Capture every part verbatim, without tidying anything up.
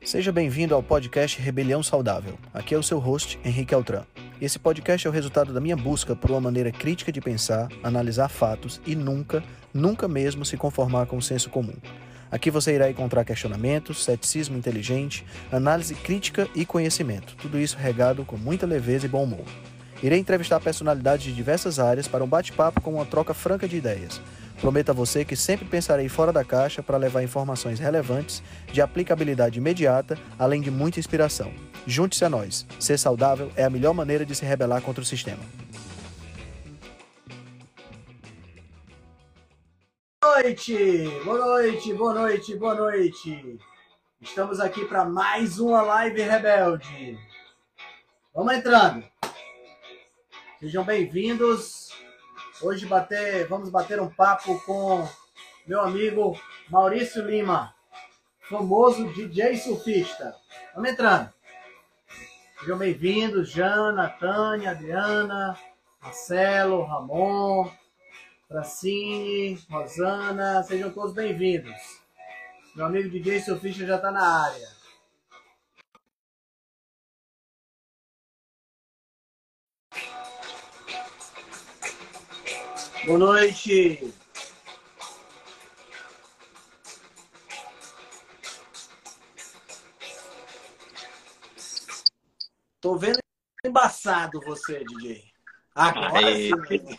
Seja bem-vindo ao podcast Rebelião Saudável. Aqui é o seu host, Henrique Altran. Esse podcast é o resultado da minha busca por uma maneira crítica de pensar, analisar fatos e nunca, nunca mesmo se conformar com o senso comum. Aqui você irá encontrar questionamentos, ceticismo inteligente, análise crítica e conhecimento. Tudo isso regado com muita leveza e bom humor. Irei entrevistar personalidades de diversas áreas para um bate-papo com uma troca franca de ideias. Prometo a você que sempre pensarei fora da caixa para levar informações relevantes, de aplicabilidade imediata, além de muita inspiração. Junte-se a nós. Ser saudável é a melhor maneira de se rebelar contra o sistema. Boa noite, boa noite, boa noite, boa noite. Estamos aqui para mais uma live rebelde. Vamos entrando. Sejam bem-vindos. Hoje bater, vamos bater um papo com meu amigo Maurício Lima, famoso D J surfista. Vamos entrando. Sejam bem-vindos, Jana, Tânia, Adriana, Marcelo, Ramon, Francine, Rosana, sejam todos bem-vindos. Meu amigo D J surfista já está na área. Boa noite. Tô vendo embaçado você, D J. Agora aí. Sim.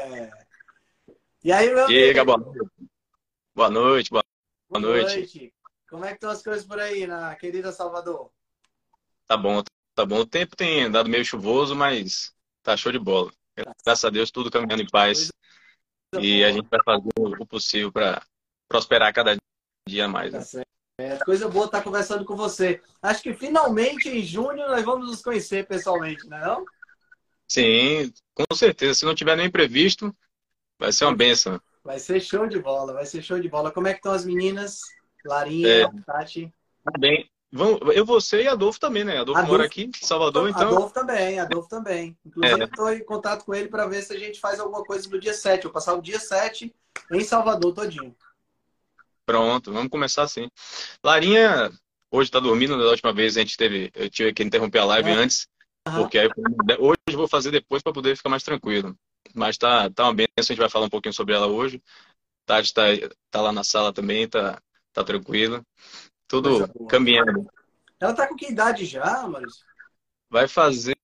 E aí, meu Diga, amigo? boa noite. Boa noite, boa, boa noite. noite. Como é que estão as coisas por aí, na querida Salvador? Tá bom, tá bom. O tempo tem dado meio chuvoso, mas tá show de bola. Graças a Deus, tudo caminhando em paz. Coisa E boa. a gente vai fazer o possível para prosperar cada dia mais. Tá Né? certo. É, coisa boa estar conversando com você. Acho que finalmente em junho nós vamos nos conhecer pessoalmente, não é não? Sim, com certeza. Se não tiver nem previsto, vai ser uma bênção. Vai ser show de bola, vai ser show de bola. Como é que estão as meninas? Larinha, É, Tati? tá bem. Vamos, eu, você e Adolfo também, né? Adolfo, Adolfo, mora aqui em Salvador, então. Adolfo também, Adolfo também. Inclusive, É. estou em contato com ele para ver se a gente faz alguma coisa no dia sete. Eu vou passar o dia sete em Salvador todinho. Pronto, vamos começar assim. Larinha, hoje tá dormindo, da última vez a gente teve, eu tive que interromper a live Ah, antes, aham. porque aí hoje eu vou fazer depois para poder ficar mais tranquilo. Mas tá, tá uma benção, a gente vai falar um pouquinho sobre ela hoje. Tati tá, tá lá na sala também, tá, tá tranquilo. Coisa Tudo boa. caminhando. Ela tá com que idade já, Maurício? Vai fazer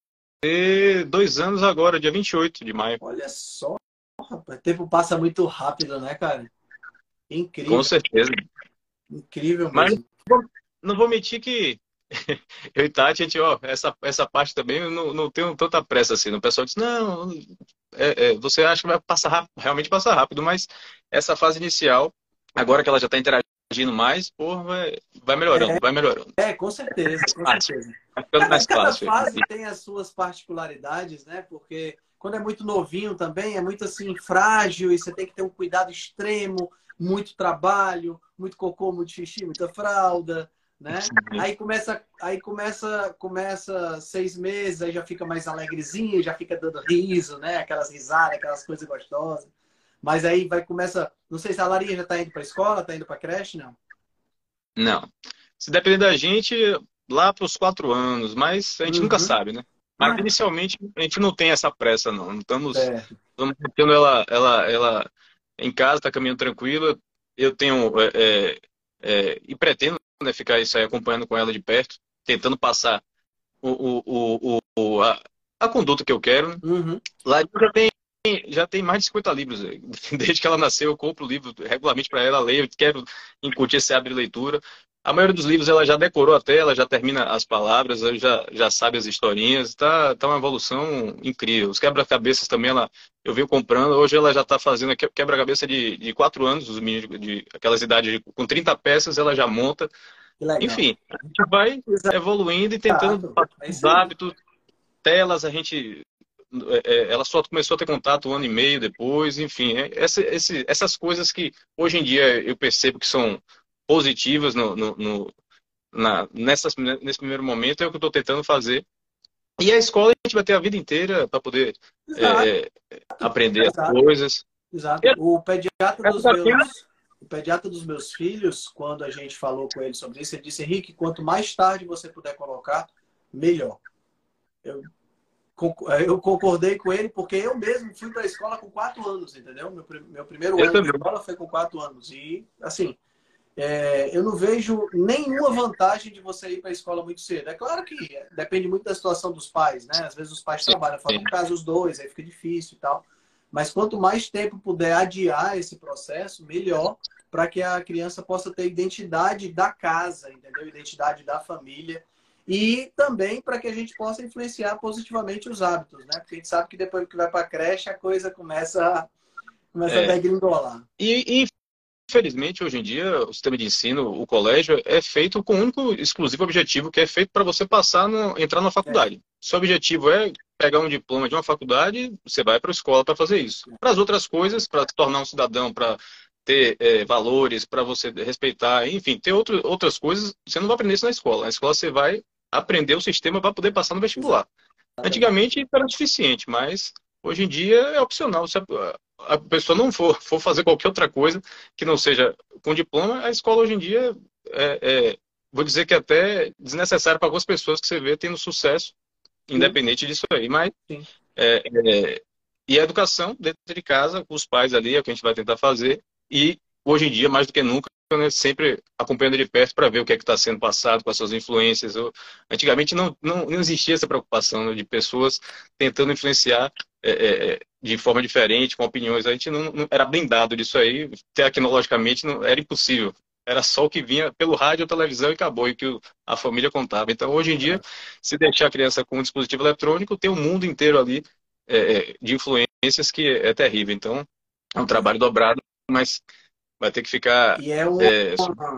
dois anos agora, dia vinte e oito de maio. Olha só, rapaz. O tempo passa muito rápido, né, cara? Com Incrível, certeza. incrível Mas mesmo. não vou mentir que eu e Tati, a gente, ó, essa, essa parte também eu não, não tenho tanta pressa assim. O pessoal diz, não, é, é, você acha que vai passar rápido, realmente passa rápido, mas essa fase inicial, agora que ela já está interagindo mais, porra, vai, vai melhorando, vai melhorando. É, com certeza, com Fácil, certeza. vai ficando Cada, mais cada fácil. fase tem as suas particularidades, né? Porque quando é muito novinho também, é muito assim, frágil, e você tem que ter um cuidado extremo, muito trabalho, muito cocô, muito xixi, muita fralda, né? Aí começa, aí começa, começa seis meses, aí já fica mais alegrezinho, já fica dando riso, né? Aquelas risadas, aquelas coisas gostosas. Mas aí vai começa, não sei se a Larinha já está indo para a escola, está indo para a creche, não? Não. Se depender da gente, lá para os quatro anos, mas a gente Uhum. nunca sabe, né? Mas inicialmente a gente não tem essa pressa, não. Não estamos, Certo. estamos tendo ela, ela, ela em casa, está caminhando tranquila. Eu tenho é, é, é, e pretendo, né, ficar isso aí acompanhando com ela de perto, tentando passar o, o, o, o, a, a conduta que eu quero. Né? Uhum. Lá já tem, já tem mais de cinquenta livros. Desde que ela nasceu, eu compro livro regularmente para ela ler. Eu quero incutir esse hábito de leitura. A maioria dos livros ela já decorou até, ela já termina as palavras, ela já, já sabe as historinhas. Tá, tá uma evolução incrível. Os quebra-cabeças também, ela, eu venho comprando. Hoje ela já está fazendo quebra-cabeça de, de quatro anos, os meninos de aquelas idades de, com trinta peças, ela já monta. Que legal. Enfim, a gente vai Exato. evoluindo e tentando É os hábitos, telas, a gente... Ela só começou a ter contato um ano e meio depois, enfim, essa, esse, essas coisas que hoje em dia eu percebo que são positivas no, no, no, na, nessas, nesse primeiro momento, é o que eu estou tentando fazer. E a escola a gente vai ter a vida inteira para poder é, aprender Exato. as coisas. Exato. O pediatra dos Essa meus, o pediatra dos meus filhos, quando a gente falou com ele sobre isso, ele disse, Henrique, quanto mais tarde você puder colocar, melhor. Eu, eu concordei com ele porque eu mesmo fui para a escola com quatro anos, entendeu? Meu, meu primeiro Eu ano de também. escola foi com quatro anos. E, assim, é, eu não vejo nenhuma vantagem de você ir para a escola muito cedo. É claro que depende muito da situação dos pais, né? Às vezes os pais Sim, trabalham fora sim. de casa os dois, aí fica difícil e tal. Mas quanto mais tempo puder adiar esse processo, melhor, para que a criança possa ter identidade da casa, entendeu? Identidade da família. E também para que a gente possa influenciar positivamente os hábitos, né? Porque a gente sabe que depois que vai para a creche, a coisa começa a, começa a É. degringolar. E, infelizmente, hoje em dia, o sistema de ensino, o colégio, é feito com o único exclusivo objetivo, que é feito para você passar, no, entrar na É, faculdade. Seu objetivo é pegar um diploma de uma faculdade, você vai para a escola para fazer isso. Para as outras coisas, para se tornar um cidadão, para ter é, valores, para você respeitar, enfim, ter outro, outras coisas, você não vai aprender isso na escola. Na escola você vai aprender o sistema para poder passar no vestibular. exatamente. Antigamente era suficiente, mas hoje em dia é opcional. Se a, a pessoa não for, for fazer qualquer outra coisa que não seja com diploma, a escola hoje em dia é, é vou dizer que é até desnecessário para algumas pessoas que você vê tendo sucesso, Sim, independente disso aí. Mas sim. é, é, e a educação dentro de casa, com os pais ali, é o que a gente vai tentar fazer. E hoje em dia, mais do que nunca, né, sempre acompanhando de perto para ver o que é que está sendo passado com as suas influências. Eu, antigamente não, não, não existia essa preocupação, né, de pessoas tentando influenciar é, é, de forma diferente, com opiniões. A gente não, não era blindado disso aí, tecnologicamente não, era impossível. Era só o que vinha pelo rádio ou televisão e acabou, e que o- a família contava. Então, hoje em dia, se deixar a criança com um dispositivo eletrônico, tem o mundo inteiro ali é, é, de influências que é, é terrível. Então, é um É. trabalho dobrado, mas vai ter que ficar E é, uma, é,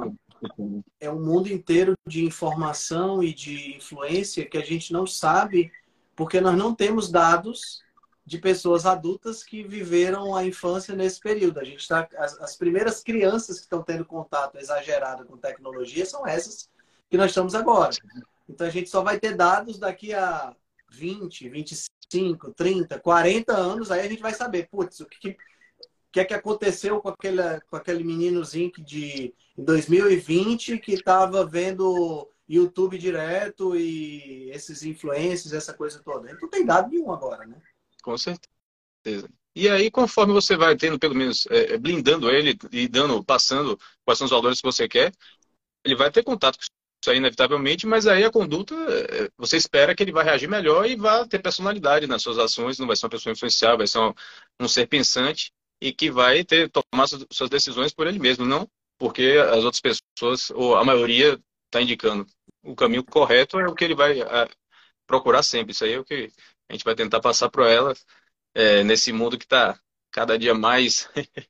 é um mundo inteiro de informação e de influência que a gente não sabe, porque nós não temos dados de pessoas adultas que viveram a infância nesse período. A gente tá, as, as primeiras crianças que estão tendo contato exagerado com tecnologia são essas que nós estamos agora. Então a gente só vai ter dados daqui a vinte, vinte e cinco, trinta, quarenta anos, aí a gente vai saber, putz, o que, que que é que aconteceu com aquele, com aquele meninozinho que de em dois mil e vinte que estava vendo YouTube direto e esses influencers, essa coisa toda. Ele não tem dado nenhum agora, né? com certeza. E aí, conforme você vai tendo, pelo menos, é, blindando ele e dando, passando quais são os valores que você quer, ele vai ter contato com isso aí, inevitavelmente, mas aí a conduta, é, você espera que ele vai reagir melhor e vai ter personalidade nas suas ações, não vai ser uma pessoa influenciável, vai ser um, um ser pensante e que vai ter tomar suas, suas decisões por ele mesmo, não porque as outras pessoas, ou a maioria, está indicando. O caminho correto é o que ele vai a, procurar sempre. Isso aí é o que a gente vai tentar passar para ela é, nesse mundo que está cada dia mais,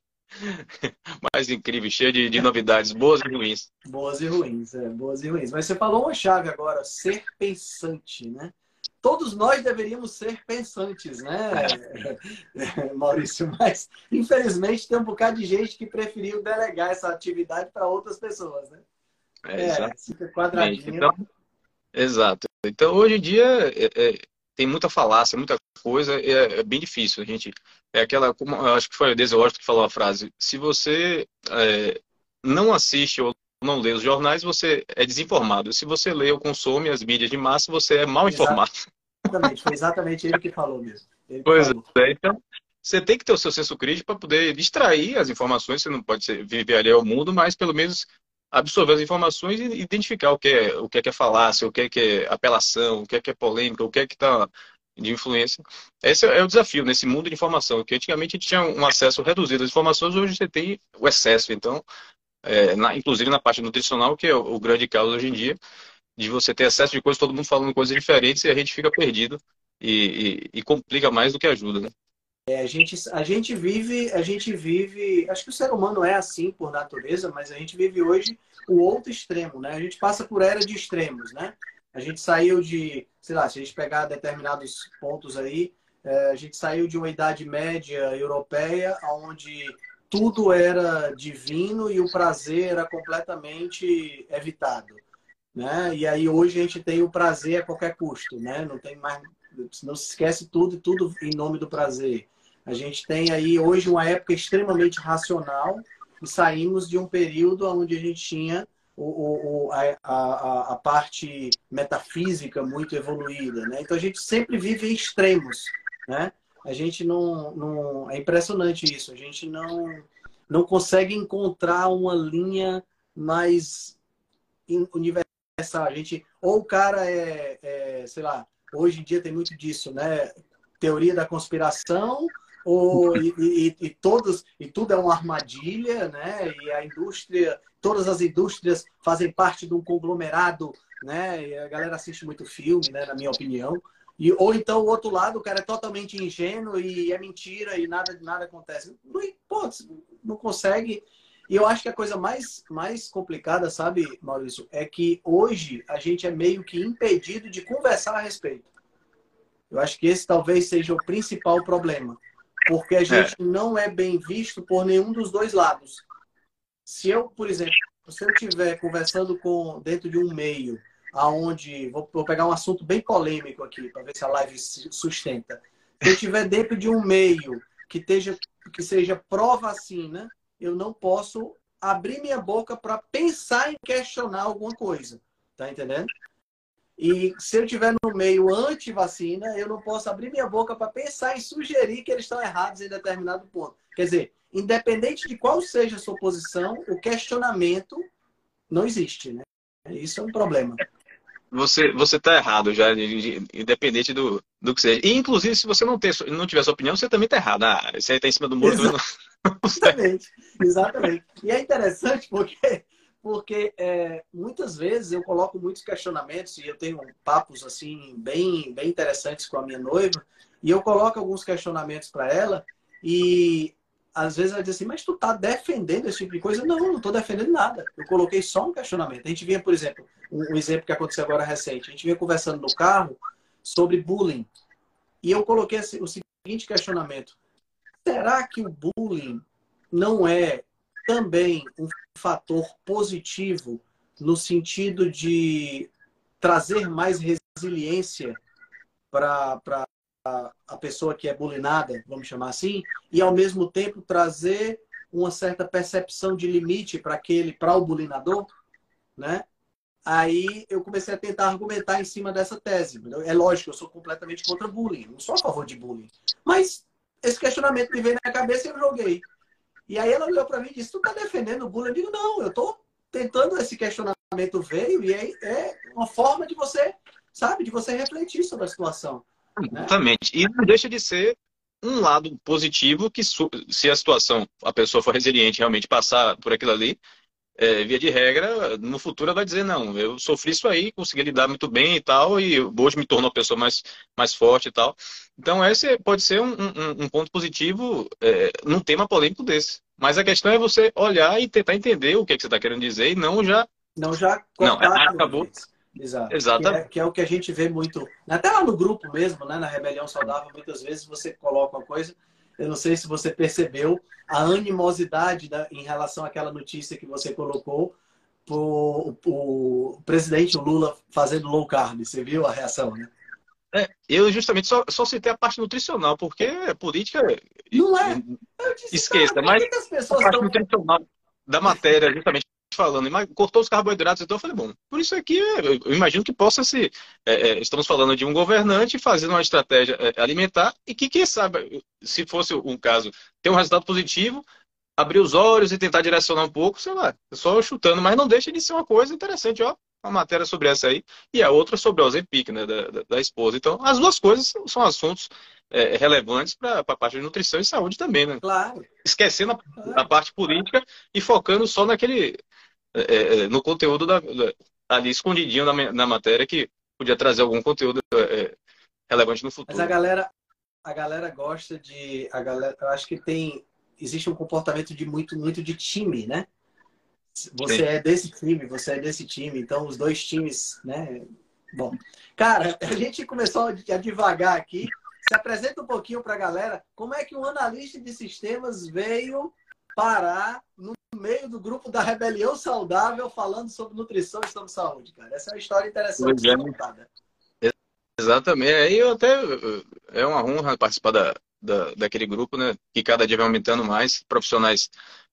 mais incrível, cheio de, de novidades boas e ruins. Boas e ruins, é, boas e ruins. Mas você falou uma chave agora, ser pensante, né? Todos nós deveríamos ser pensantes, né, Maurício? Mas, infelizmente, tem um bocado de gente que preferiu delegar essa atividade para outras pessoas, né? É, É, fica exatamente. quadradinho. Então, exato. Então, hoje em dia, é, é, tem muita falácia, muita coisa, é, é bem difícil. A gente, é aquela, como, eu acho que foi o Denzel Washington que falou a frase: se você é, não assiste ou não lê os jornais, você é desinformado. Se você lê ou consome as mídias de massa, você é mal informado. Exatamente, foi exatamente ele que falou mesmo. Ele que Pois falou. é, então você tem que ter o seu senso crítico para poder distrair as informações. Você não pode ser, viver ali ao mundo, mas pelo menos absorver as informações e identificar o que é, o que é, que é falácia, o que é, que é apelação, o que é, que é polêmica, o que é que está de influência. Esse é o desafio nesse mundo de informação, que antigamente a gente tinha um acesso reduzido às informações, hoje você tem o excesso. Então, é, na, inclusive na parte nutricional, que é o, o grande caso hoje em dia, de você ter acesso de coisas, todo mundo falando coisas diferentes e a gente fica perdido e, e, e complica mais do que ajuda, né? É, a gente, a gente vive, a gente vive, acho que o ser humano é assim por natureza, mas a gente vive hoje o outro extremo, né? A gente passa por era de extremos, né? A gente saiu de, sei lá, se a gente pegar determinados pontos aí, é, a gente saiu de uma idade média europeia, onde tudo era divino e o prazer era completamente evitado, né? E aí hoje a gente tem o prazer a qualquer custo, né? Não tem mais, não se esquece tudo e tudo em nome do prazer. A gente tem aí hoje uma época extremamente racional e saímos de um período onde a gente tinha o, o, a, a, a parte metafísica muito evoluída, né? Então a gente sempre vive em extremos, né? A gente não, não... É impressionante isso. A gente não, não consegue encontrar uma linha mais universal. A gente, ou o cara é, é, sei lá, hoje em dia tem muito disso, né? Teoria da conspiração, ou, e, e, e, todos, e tudo é uma armadilha, né? E a indústria, todas as indústrias fazem parte de um conglomerado, né? E a galera assiste muito filme, né? Na minha opinião. E, ou então o outro lado, o cara é totalmente ingênuo e é mentira e nada, nada acontece. Não, pô, não consegue. E eu acho que a coisa mais, mais complicada, sabe, Maurício, é que hoje a gente é meio que impedido de conversar a respeito. Eu acho que esse talvez seja o principal problema. Porque a gente é. não é bem visto por nenhum dos dois lados. Se eu, por exemplo, se eu estiver conversando com, dentro de um meio, aonde vou, vou pegar um assunto bem polêmico aqui, para ver se a live sustenta. Se eu estiver dentro de um meio que, esteja, que seja pró-vacina, eu não posso abrir minha boca para pensar em questionar alguma coisa. Tá entendendo? E se eu estiver no meio anti-vacina, eu não posso abrir minha boca para pensar em sugerir que eles estão errados em determinado ponto. Quer dizer, independente de qual seja a sua posição, o questionamento não existe, né? Isso é um problema. Você você está errado já, independente do, do que seja. E, inclusive, se você não, ter, não tiver sua opinião, você também está errado. Ah, você está em cima do muro. Exatamente, exatamente. E é interessante porque, porque é, muitas vezes eu coloco muitos questionamentos e eu tenho papos assim bem, bem interessantes com a minha noiva e eu coloco alguns questionamentos para ela e às vezes ela diz assim, mas tu tá defendendo esse tipo de coisa? Não, não estou defendendo nada. Eu coloquei só um questionamento. A gente vinha, por exemplo, um, um exemplo que aconteceu agora recente. A gente vinha conversando no carro sobre bullying e eu coloquei assim, o seguinte questionamento. Será que o bullying não é também um fator positivo no sentido de trazer mais resiliência para a pessoa que é bullyingada, vamos chamar assim, e ao mesmo tempo trazer uma certa percepção de limite para aquele, para o bullyingador, né? Aí eu comecei a tentar argumentar em cima dessa tese. É lógico, eu sou completamente contra bullying, não sou a favor de bullying, mas esse questionamento me veio na cabeça e eu joguei. E aí ela olhou para mim e disse, tu tá defendendo o bullying? Eu digo, não, eu tô tentando, esse questionamento veio e é, é uma forma de você, sabe, de você refletir sobre a situação. Né? Exatamente. E não deixa de ser um lado positivo que se a situação, a pessoa for resiliente realmente passar por aquilo ali, é, via de regra, no futuro ela vai dizer, não, eu sofri isso aí, consegui lidar muito bem e tal, e hoje me tornou uma pessoa mais, mais forte e tal. Então esse pode ser um, um, um ponto positivo é, num tema polêmico desse. Mas a questão é você olhar e tentar entender o que, é que você está querendo dizer e não já... Não já não, cortar acabou. Exato. Exatamente. Que é, que é o que a gente vê muito, até lá no grupo mesmo, né, na Rebelião Saudável, muitas vezes você coloca uma coisa, eu não sei se você percebeu a animosidade da, em relação àquela notícia que você colocou, o, o presidente Lula fazendo low carb, você viu a reação, né? É, eu justamente só, só citei a parte nutricional, porque política... Não é? Eu disse, esqueça, cara, mas que que as pessoas a parte estão... nutricional da matéria, justamente falando, mas cortou os carboidratos, então eu falei, bom, por isso aqui eu imagino que possa se... É, é, estamos falando de um governante fazendo uma estratégia é, alimentar e que, quem sabe, se fosse um caso, ter um resultado positivo, abrir os olhos e tentar direcionar um pouco, sei lá, só chutando, mas não deixa de ser uma coisa interessante, ó, uma matéria sobre essa aí, e a outra sobre o Ozempic, né, da, da, da esposa. Então, as duas coisas são assuntos é, relevantes para a parte de nutrição e saúde também, né? Claro. Esquecendo a, a parte política e focando só naquele, é, no conteúdo da, da, ali escondidinho na, na matéria que podia trazer algum conteúdo é, relevante no futuro. Mas a galera, a galera gosta de... A galera, eu acho que tem... Existe um comportamento de muito, muito de time, né? Você Sim. é desse time, você é desse time, então os dois times, né? Bom, cara, a gente começou a devagar aqui. Se apresenta um pouquinho para a galera. Como é que um analista de sistemas veio parar no meio do grupo da Rebelião Saudável falando sobre nutrição e sobre saúde, cara? Essa é uma história interessante de ser contada. Exatamente. Aí eu até é uma honra participar da, da, daquele grupo, né? Que cada dia vai aumentando mais, profissionais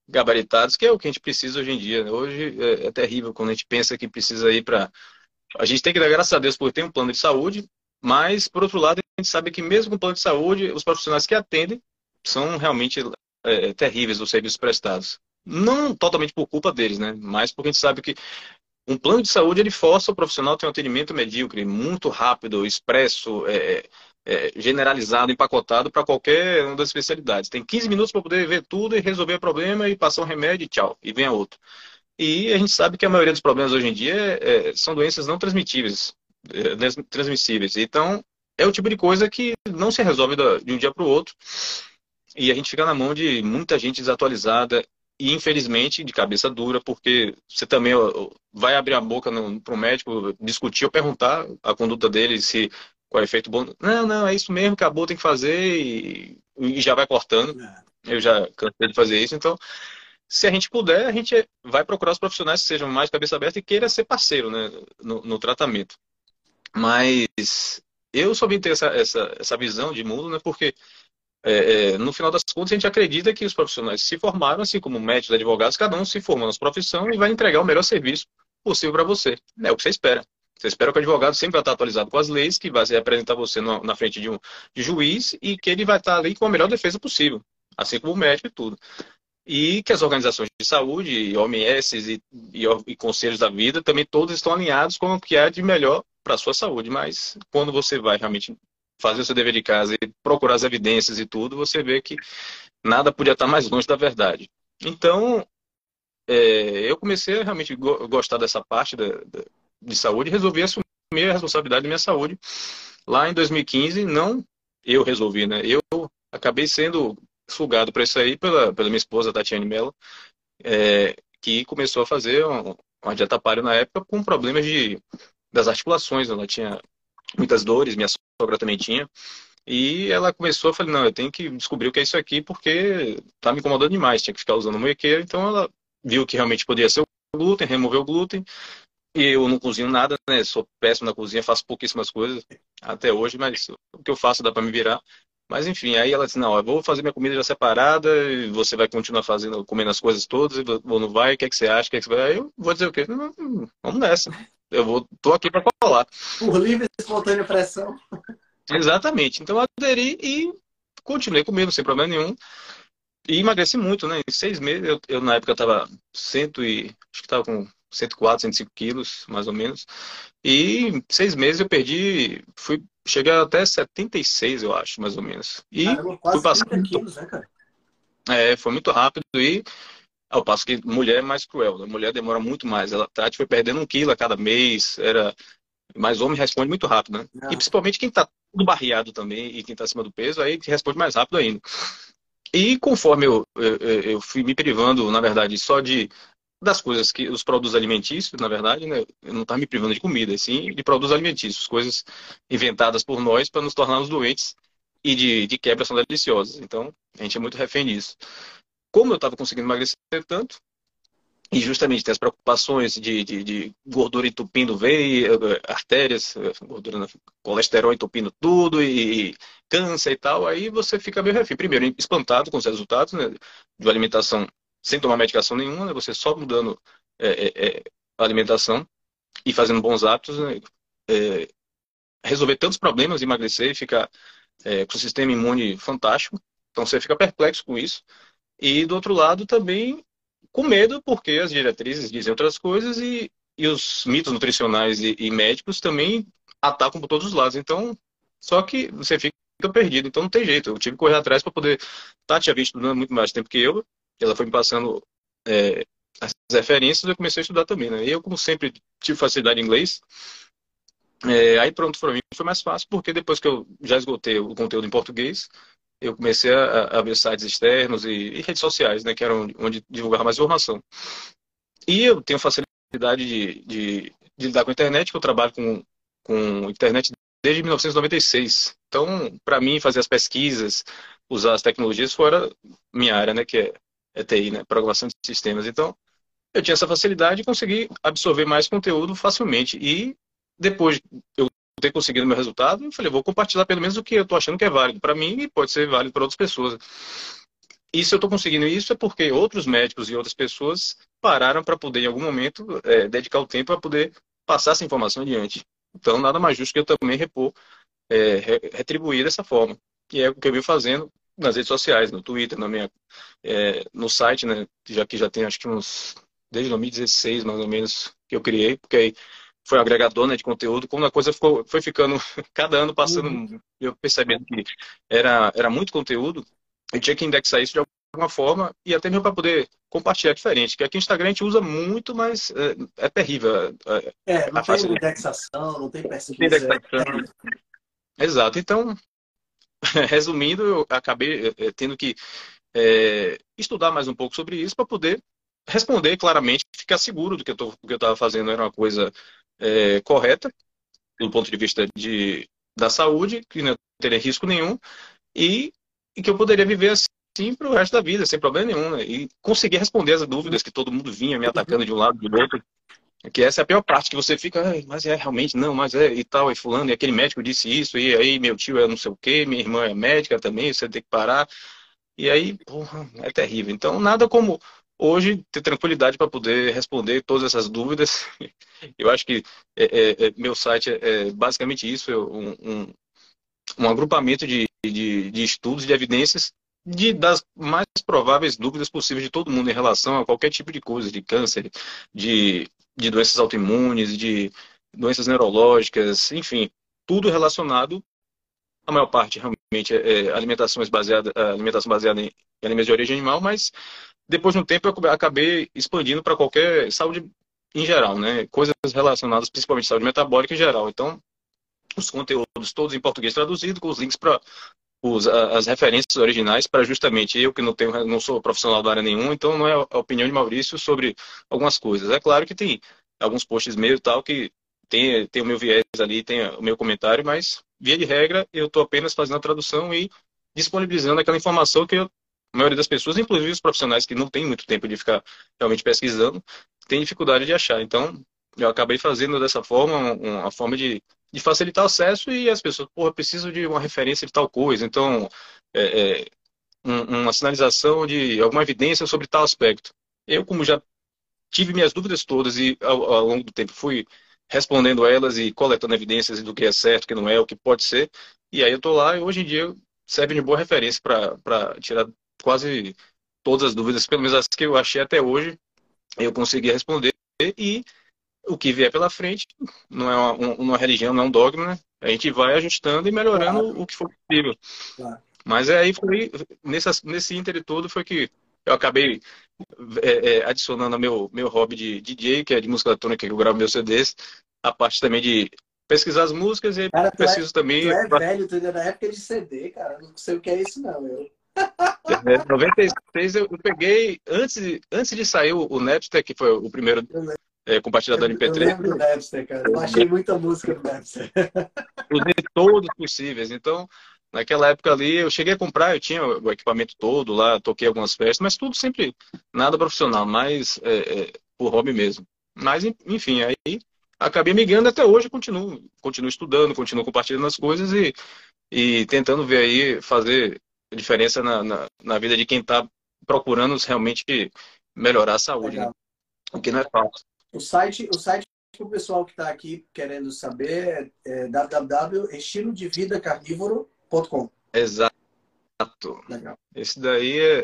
gabaritados, que é o que a gente precisa hoje em dia, né? Hoje é, é terrível quando a gente pensa que precisa ir para... A gente tem que dar graças a Deus por ter um plano de saúde, mas, por outro lado, a gente sabe que mesmo com o plano de saúde, os profissionais que atendem são realmente é, terríveis os serviços prestados. Não totalmente por culpa deles, né? Mas porque a gente sabe que um plano de saúde, ele força o profissional a ter um atendimento medíocre, muito rápido, expresso, é, é, generalizado, empacotado para qualquer uma das especialidades. Tem quinze minutos para poder ver tudo e resolver o problema e passar um remédio e tchau, e vem a outro. E a gente sabe que a maioria dos problemas hoje em dia é, é, são doenças não transmitíveis, é, transmissíveis. Então, é o tipo de coisa que não se resolve de um dia para o outro. E a gente fica na mão de muita gente desatualizada e, infelizmente, de cabeça dura, porque você também ó, vai abrir a boca para o médico discutir ou perguntar a conduta dele, se qual é o efeito bom. Não, não, é isso mesmo, acabou, tem que fazer e, e já vai cortando. Eu já cansei de fazer isso, então, se a gente puder, a gente vai procurar os profissionais que sejam mais cabeça aberta e queira ser parceiro, né, no, no tratamento. Mas eu só vim ter essa, essa, essa visão de mundo, né, porque É, é, no final das contas, a gente acredita que os profissionais se formaram, assim como médicos, advogados, cada um se formou na sua profissão e vai entregar o melhor serviço possível para você. É o que você espera. Você espera que o advogado sempre vai estar atualizado com as leis, que vai representar você no, na frente de um de juiz e que ele vai estar ali com a melhor defesa possível, assim como o médico e tudo. E que as organizações de saúde, O M S e, e, e conselhos da vida, também todos estão alinhados com o que é de melhor para a sua saúde. Mas quando você vai realmente fazer o seu dever de casa e procurar as evidências e tudo, você vê que nada podia estar mais longe da verdade. Então, é, eu comecei a realmente go gostar dessa parte da, da, de saúde e resolvi assumir a responsabilidade da minha saúde. Lá em dois mil e quinze, não eu resolvi, né? Eu acabei sendo sugado para isso aí pela, pela minha esposa, Tatiane Mello, é, que começou a fazer uma, uma dieta paleo na época com problemas de, das articulações. Ela tinha muitas dores, minha sogra também tinha. E ela começou, eu falei, não, eu tenho que descobrir o que é isso aqui, porque tá me incomodando demais, tinha que ficar usando moequeiro. Então ela viu que realmente podia ser o glúten, removeu o glúten. E eu não cozinho nada, né? Sou péssimo na cozinha, faço pouquíssimas coisas até hoje, mas o que eu faço dá para me virar. Mas enfim, aí ela disse, não, eu vou fazer minha comida já separada, e você vai continuar fazendo, comendo as coisas todas, ou não vai, o que é que você acha, o que é que você vai? Aí eu vou dizer o quê? Vamos nessa. Eu vou, tô aqui para falar. Por livre e espontânea pressão. Exatamente. Então eu aderi e continuei comendo sem problema nenhum. E emagreci muito, né? Em seis meses, eu, eu na época estava cento e, acho que estava com cento e quatro, cento e cinco quilos, mais ou menos. E em seis meses eu perdi, fui, cheguei até setenta e seis, eu acho, mais ou menos. E Caramba, fui quase passando. trinta quilos, né, cara? É, foi muito rápido e ao passo que mulher é mais cruel, né? Mulher demora muito mais. Ela Tati foi perdendo um quilo a cada mês, era... mas homem responde muito rápido, né? Ah. E principalmente quem tá tudo barreado também e quem tá acima do peso, aí responde mais rápido ainda. E conforme eu, eu, eu fui me privando, na verdade, só de das coisas que os produtos alimentícios, na verdade, né? Eu não estava me privando de comida, sim, de produtos alimentícios, coisas inventadas por nós para nos tornarmos doentes e de, de quebra são deliciosas. Então, a gente é muito refém disso. Como eu estava conseguindo emagrecer tanto, e justamente tem as preocupações de, de, de gordura entupindo veia, artérias, gordura, colesterol entupindo tudo e câncer e tal, aí você fica meio refém. Primeiro, espantado com os resultados, né, de uma alimentação sem tomar medicação nenhuma, né, você só mudando é, é, a alimentação e fazendo bons hábitos, né, é, resolver tantos problemas, emagrecer e ficar é, com o sistema imune fantástico. Então você fica perplexo com isso. E do outro lado também com medo, porque as diretrizes dizem outras coisas e, e os mitos nutricionais e, e médicos também atacam por todos os lados. Então, só que você fica perdido. Então não tem jeito. Eu tive que correr atrás para poder... Tati havia estudando muito mais tempo que eu. Ela foi me passando é, as referências e eu comecei a estudar também, né? E eu, como sempre, tive facilidade em inglês. É, aí pronto, para mim foi mais fácil, porque depois que eu já esgotei o conteúdo em português, eu comecei a, a ver sites externos e, e redes sociais, né, que eram onde divulgar mais informação. E eu tenho facilidade de, de, de lidar com a internet, que eu trabalho com, com internet desde mil novecentos e noventa e seis. Então, para mim, fazer as pesquisas, usar as tecnologias, fora minha área, né, que é, é T I, né, programação de sistemas. Então, eu tinha essa facilidade de conseguir absorver mais conteúdo facilmente. E depois eu ter conseguido meu resultado, eu falei, vou compartilhar pelo menos o que eu estou achando que é válido para mim e pode ser válido para outras pessoas. E se eu estou conseguindo isso é porque outros médicos e outras pessoas pararam para poder, em algum momento, é, dedicar o tempo para poder passar essa informação adiante. Então, nada mais justo que eu também repor, é, re- retribuir dessa forma. E é o que eu venho fazendo nas redes sociais, no Twitter, na minha, é, no site, né? Já que já tem acho que uns, desde dois mil e dezesseis, mais ou menos, que eu criei, porque aí foi um agregador, né, de conteúdo. Quando a coisa ficou, foi ficando, cada ano Uhum. passando, eu percebendo que era, era muito conteúdo, eu tinha que indexar isso de alguma forma e até mesmo para poder compartilhar diferente. Que aqui no Instagram a gente usa muito, mas é, é terrível é, É, a não tem faixa de indexação, não tem pesquisa. indexação. Exato. Então, resumindo, eu acabei é, tendo que é, estudar mais um pouco sobre isso para poder responder claramente, ficar seguro do que eu tô, do que eu estava fazendo era uma coisa é, correta, do ponto de vista de, da saúde, que não teria risco nenhum, e, e que eu poderia viver assim para o resto da vida, sem problema nenhum, né? E conseguir responder as dúvidas que todo mundo vinha me atacando de um lado e do outro. Que essa é a pior parte, que você fica, "Ai, mas é realmente, não, mas é e tal, e fulano, e aquele médico disse isso, e aí meu tio é não sei o quê, minha irmã é médica também, você tem que parar. E aí, porra, é terrível. Então, nada como hoje ter tranquilidade para poder responder todas essas dúvidas. Eu acho que é, é, é, meu site é, é basicamente isso, é um, um, um agrupamento de, de, de estudos, de evidências, de, das mais prováveis dúvidas possíveis de todo mundo em relação a qualquer tipo de coisa, de câncer, de, de doenças autoimunes, de doenças neurológicas, enfim, tudo relacionado, a maior parte realmente é, é alimentações baseada, alimentação baseada em alimentos de origem animal, mas depois de um tempo eu acabei expandindo para qualquer saúde em geral, né? Coisas relacionadas principalmente à saúde metabólica em geral. Então, os conteúdos todos em português traduzido, com os links para as referências originais, para justamente eu que não tenho, não sou profissional da área nenhuma, então não é a opinião de Maurício sobre algumas coisas. É claro que tem alguns posts meus e tal que tem, tem o meu viés ali, tem o meu comentário, mas via de regra eu estou apenas fazendo a tradução e disponibilizando aquela informação que eu, a maioria das pessoas, inclusive os profissionais que não têm muito tempo de ficar realmente pesquisando, tem dificuldade de achar. Então, eu acabei fazendo dessa forma uma, uma forma de de facilitar o acesso e as pessoas, porra, preciso de uma referência de tal coisa, então, é, é, um, uma sinalização de alguma evidência sobre tal aspecto. Eu, como já tive minhas dúvidas todas e ao, ao longo do tempo fui respondendo elas e coletando evidências do que é certo, o que não é, o que pode ser, e aí eu tô lá e hoje em dia serve de boa referência para tirar quase todas as dúvidas, pelo menos as que eu achei até hoje, eu consegui responder e o que vier pela frente, não é uma, uma religião, não é um dogma, né? A gente vai ajustando e melhorando Claro, o que for possível. claro. Mas é aí foi, nesse, nesse ínter todo, foi que eu acabei é, é, adicionando ao meu, meu hobby de D J, que é de música eletrônica, que eu gravo meus C Ds, a parte também de pesquisar as músicas e Cara, tu é, preciso tu também. é velho, tu ainda é da época de C D, cara. Eu não sei o que é isso, não. Eu, Em noventa e seis eu, eu peguei, antes, antes de sair o, o Napster, que foi o primeiro eu, lembro, é, compartilhador eu, M P eu três, lembro do Napster, cara. Eu baixei muita música do Napster. usei todos possíveis. Então, naquela época ali, eu cheguei a comprar, eu tinha o equipamento todo lá, toquei algumas festas, mas tudo sempre nada profissional, mais é, é, por hobby mesmo. Mas, enfim, aí acabei migrando até hoje, continuo, continuo estudando, continuo compartilhando as coisas e, e tentando ver aí, fazer diferença na, na, na vida de quem está procurando realmente melhorar a saúde, né? Legal. O que não é fácil. O site, o site para o pessoal que está aqui querendo saber é w w w ponto estilo de vida carnívoro ponto com. Exato. Legal. Esse daí é.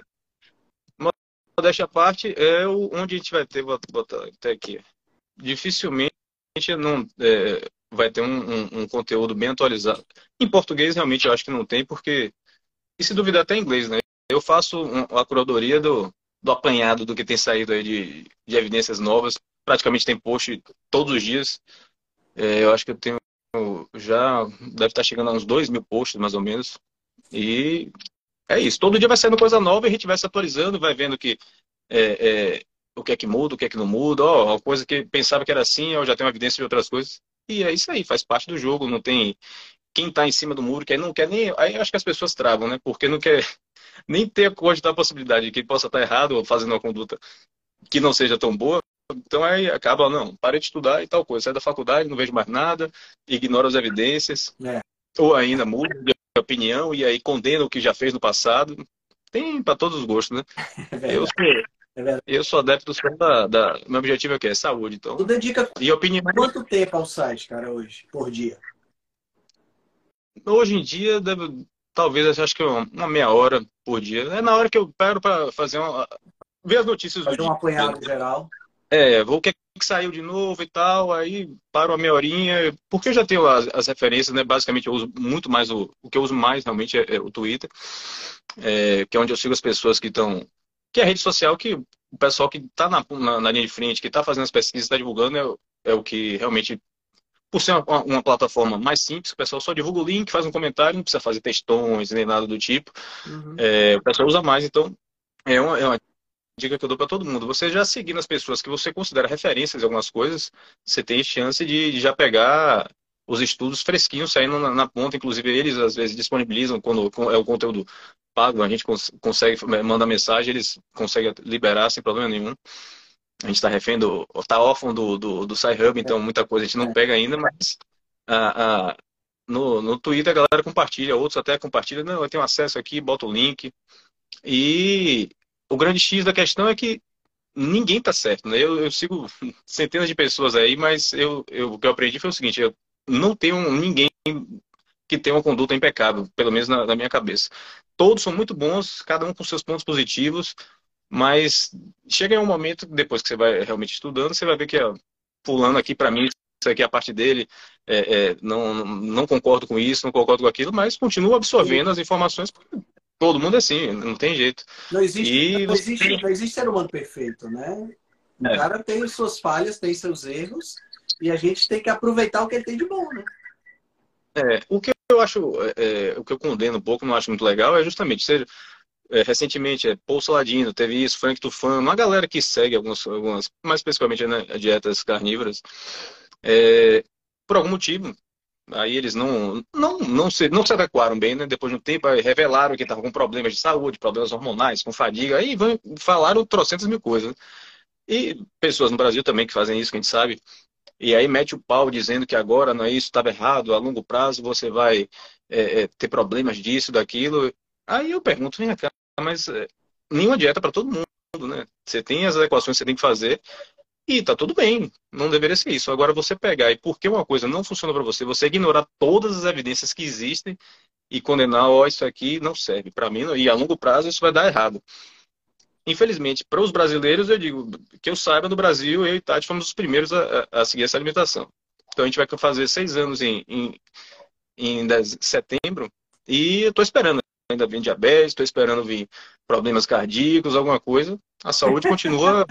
Modéstia à parte, é o, onde a gente vai ter, vou botar até aqui. Dificilmente não é, vai ter um, um, um conteúdo bem atualizado. Em português, realmente, eu acho que não tem, porque, e se duvidar até em inglês, né? Eu faço um, a curadoria do, do apanhado do que tem saído aí de, de evidências novas. Praticamente tem post todos os dias. É, eu acho que eu tenho já, deve estar chegando a uns dois mil posts, mais ou menos. E é isso. Todo dia vai saindo coisa nova e a gente vai se atualizando, vai vendo que é, é, o que é que muda, o que é que não muda, ó, uma coisa que pensava que era assim, eu já tenho evidência de outras coisas. E é isso aí, faz parte do jogo, não tem quem tá em cima do muro, que não quer nem. Aí eu acho que as pessoas travam, né? Porque não quer nem ter cogitar a possibilidade de que ele possa estar errado ou fazendo uma conduta que não seja tão boa. Então aí acaba, não, parei de estudar e tal coisa, sai da faculdade, não vejo mais nada, ignora as evidências, É. ou ainda muda de opinião e aí condena o que já fez no passado. tem para todos os gostos, né? É Eu verdade, sou, é verdade. eu sou adepto só da, da. Meu objetivo é o quê? É saúde. Tu Então, dedica e opinião. quanto tempo ao site, cara, hoje, por dia? Hoje em dia, deve, talvez, acho que uma, uma meia hora por dia. É na hora que eu paro para fazer uma, ver as notícias do Fazer um dia. apanhado geral. É, vou o que é que saiu de novo e tal, aí paro a meia horinha, porque eu já tenho as, as referências, né? Basicamente eu uso muito mais o, o que eu uso mais realmente é, é o Twitter, é, que é onde eu sigo as pessoas que estão, que é a rede social que o pessoal que está na, na, na linha de frente, que está fazendo as pesquisas, está divulgando, é, o- é o que realmente, por ser uma, uma plataforma mais simples, o pessoal só divulga o link, faz um comentário, não precisa fazer textões nem nada do tipo, Uhum. é, o pessoal usa mais, então é uma, é uma dica que eu dou para todo mundo. Você já seguindo as pessoas que você considera referências em algumas coisas, você tem chance de, de já pegar os estudos fresquinhos saindo na, na ponta. Inclusive, eles às vezes disponibilizam quando é o conteúdo pago, a gente cons consegue mandar mensagem, eles conseguem liberar sem problema nenhum. A gente está refém do, tá órfão do, do, do Sci-Hub, então muita coisa a gente não pega ainda, mas a, a, no, no Twitter a galera compartilha, outros até compartilham, não, eu tenho acesso aqui, bota o link. E o grande X da questão é que ninguém tá certo, né? Eu, eu sigo centenas de pessoas aí, mas eu, eu, o que eu aprendi foi o seguinte: eu não tenho ninguém que tenha uma conduta impecável, pelo menos na, na minha cabeça. Todos são muito bons, cada um com seus pontos positivos, mas chega em um momento, depois que você vai realmente estudando, você vai ver que, ó, fulano aqui, para mim, isso aqui é a parte dele, é, é, não, não concordo com isso, não concordo com aquilo, mas continuo absorvendo as informações, porque todo mundo é assim, não tem jeito. Não existe, E não você existe, tem. não existe ser humano perfeito, né? O É, cara tem suas falhas, tem seus erros, e a gente tem que aproveitar o que ele tem de bom, né? é, o que eu acho, é, é, o que eu condeno um pouco, não acho muito legal, é justamente, seja, é, recentemente, é, Paul Saladino, teve isso, Frank Tufano, uma galera que segue algumas, algumas mais especificamente, né, dietas carnívoras, é, por algum motivo, aí eles não, não, não, se, não se adequaram bem, né? Depois de um tempo, aí revelaram que estavam com problemas de saúde, problemas hormonais, com fadiga, aí vão, falaram trocentas mil coisas, né? E pessoas no Brasil também que fazem isso, que a gente sabe, e aí mete o pau dizendo que agora não é isso, estava errado, a longo prazo você vai é, é, ter problemas disso, daquilo. Aí eu pergunto, vem cá, mas é, nenhuma dieta para todo mundo, né? Você tem as adequações que você tem que fazer e tá tudo bem, não deveria ser isso. Agora você pegar e porque uma coisa não funciona para você, você ignorar todas as evidências que existem e condenar, ó, isso aqui não serve para mim, e a longo prazo isso vai dar errado. Infelizmente, para os brasileiros, eu digo que eu saiba, no Brasil, eu e Tati fomos os primeiros a, a seguir essa alimentação. Então, a gente vai fazer seis anos em, em, em dez setembro e eu estou esperando ainda vir diabetes, estou esperando vir problemas cardíacos, alguma coisa. A saúde continua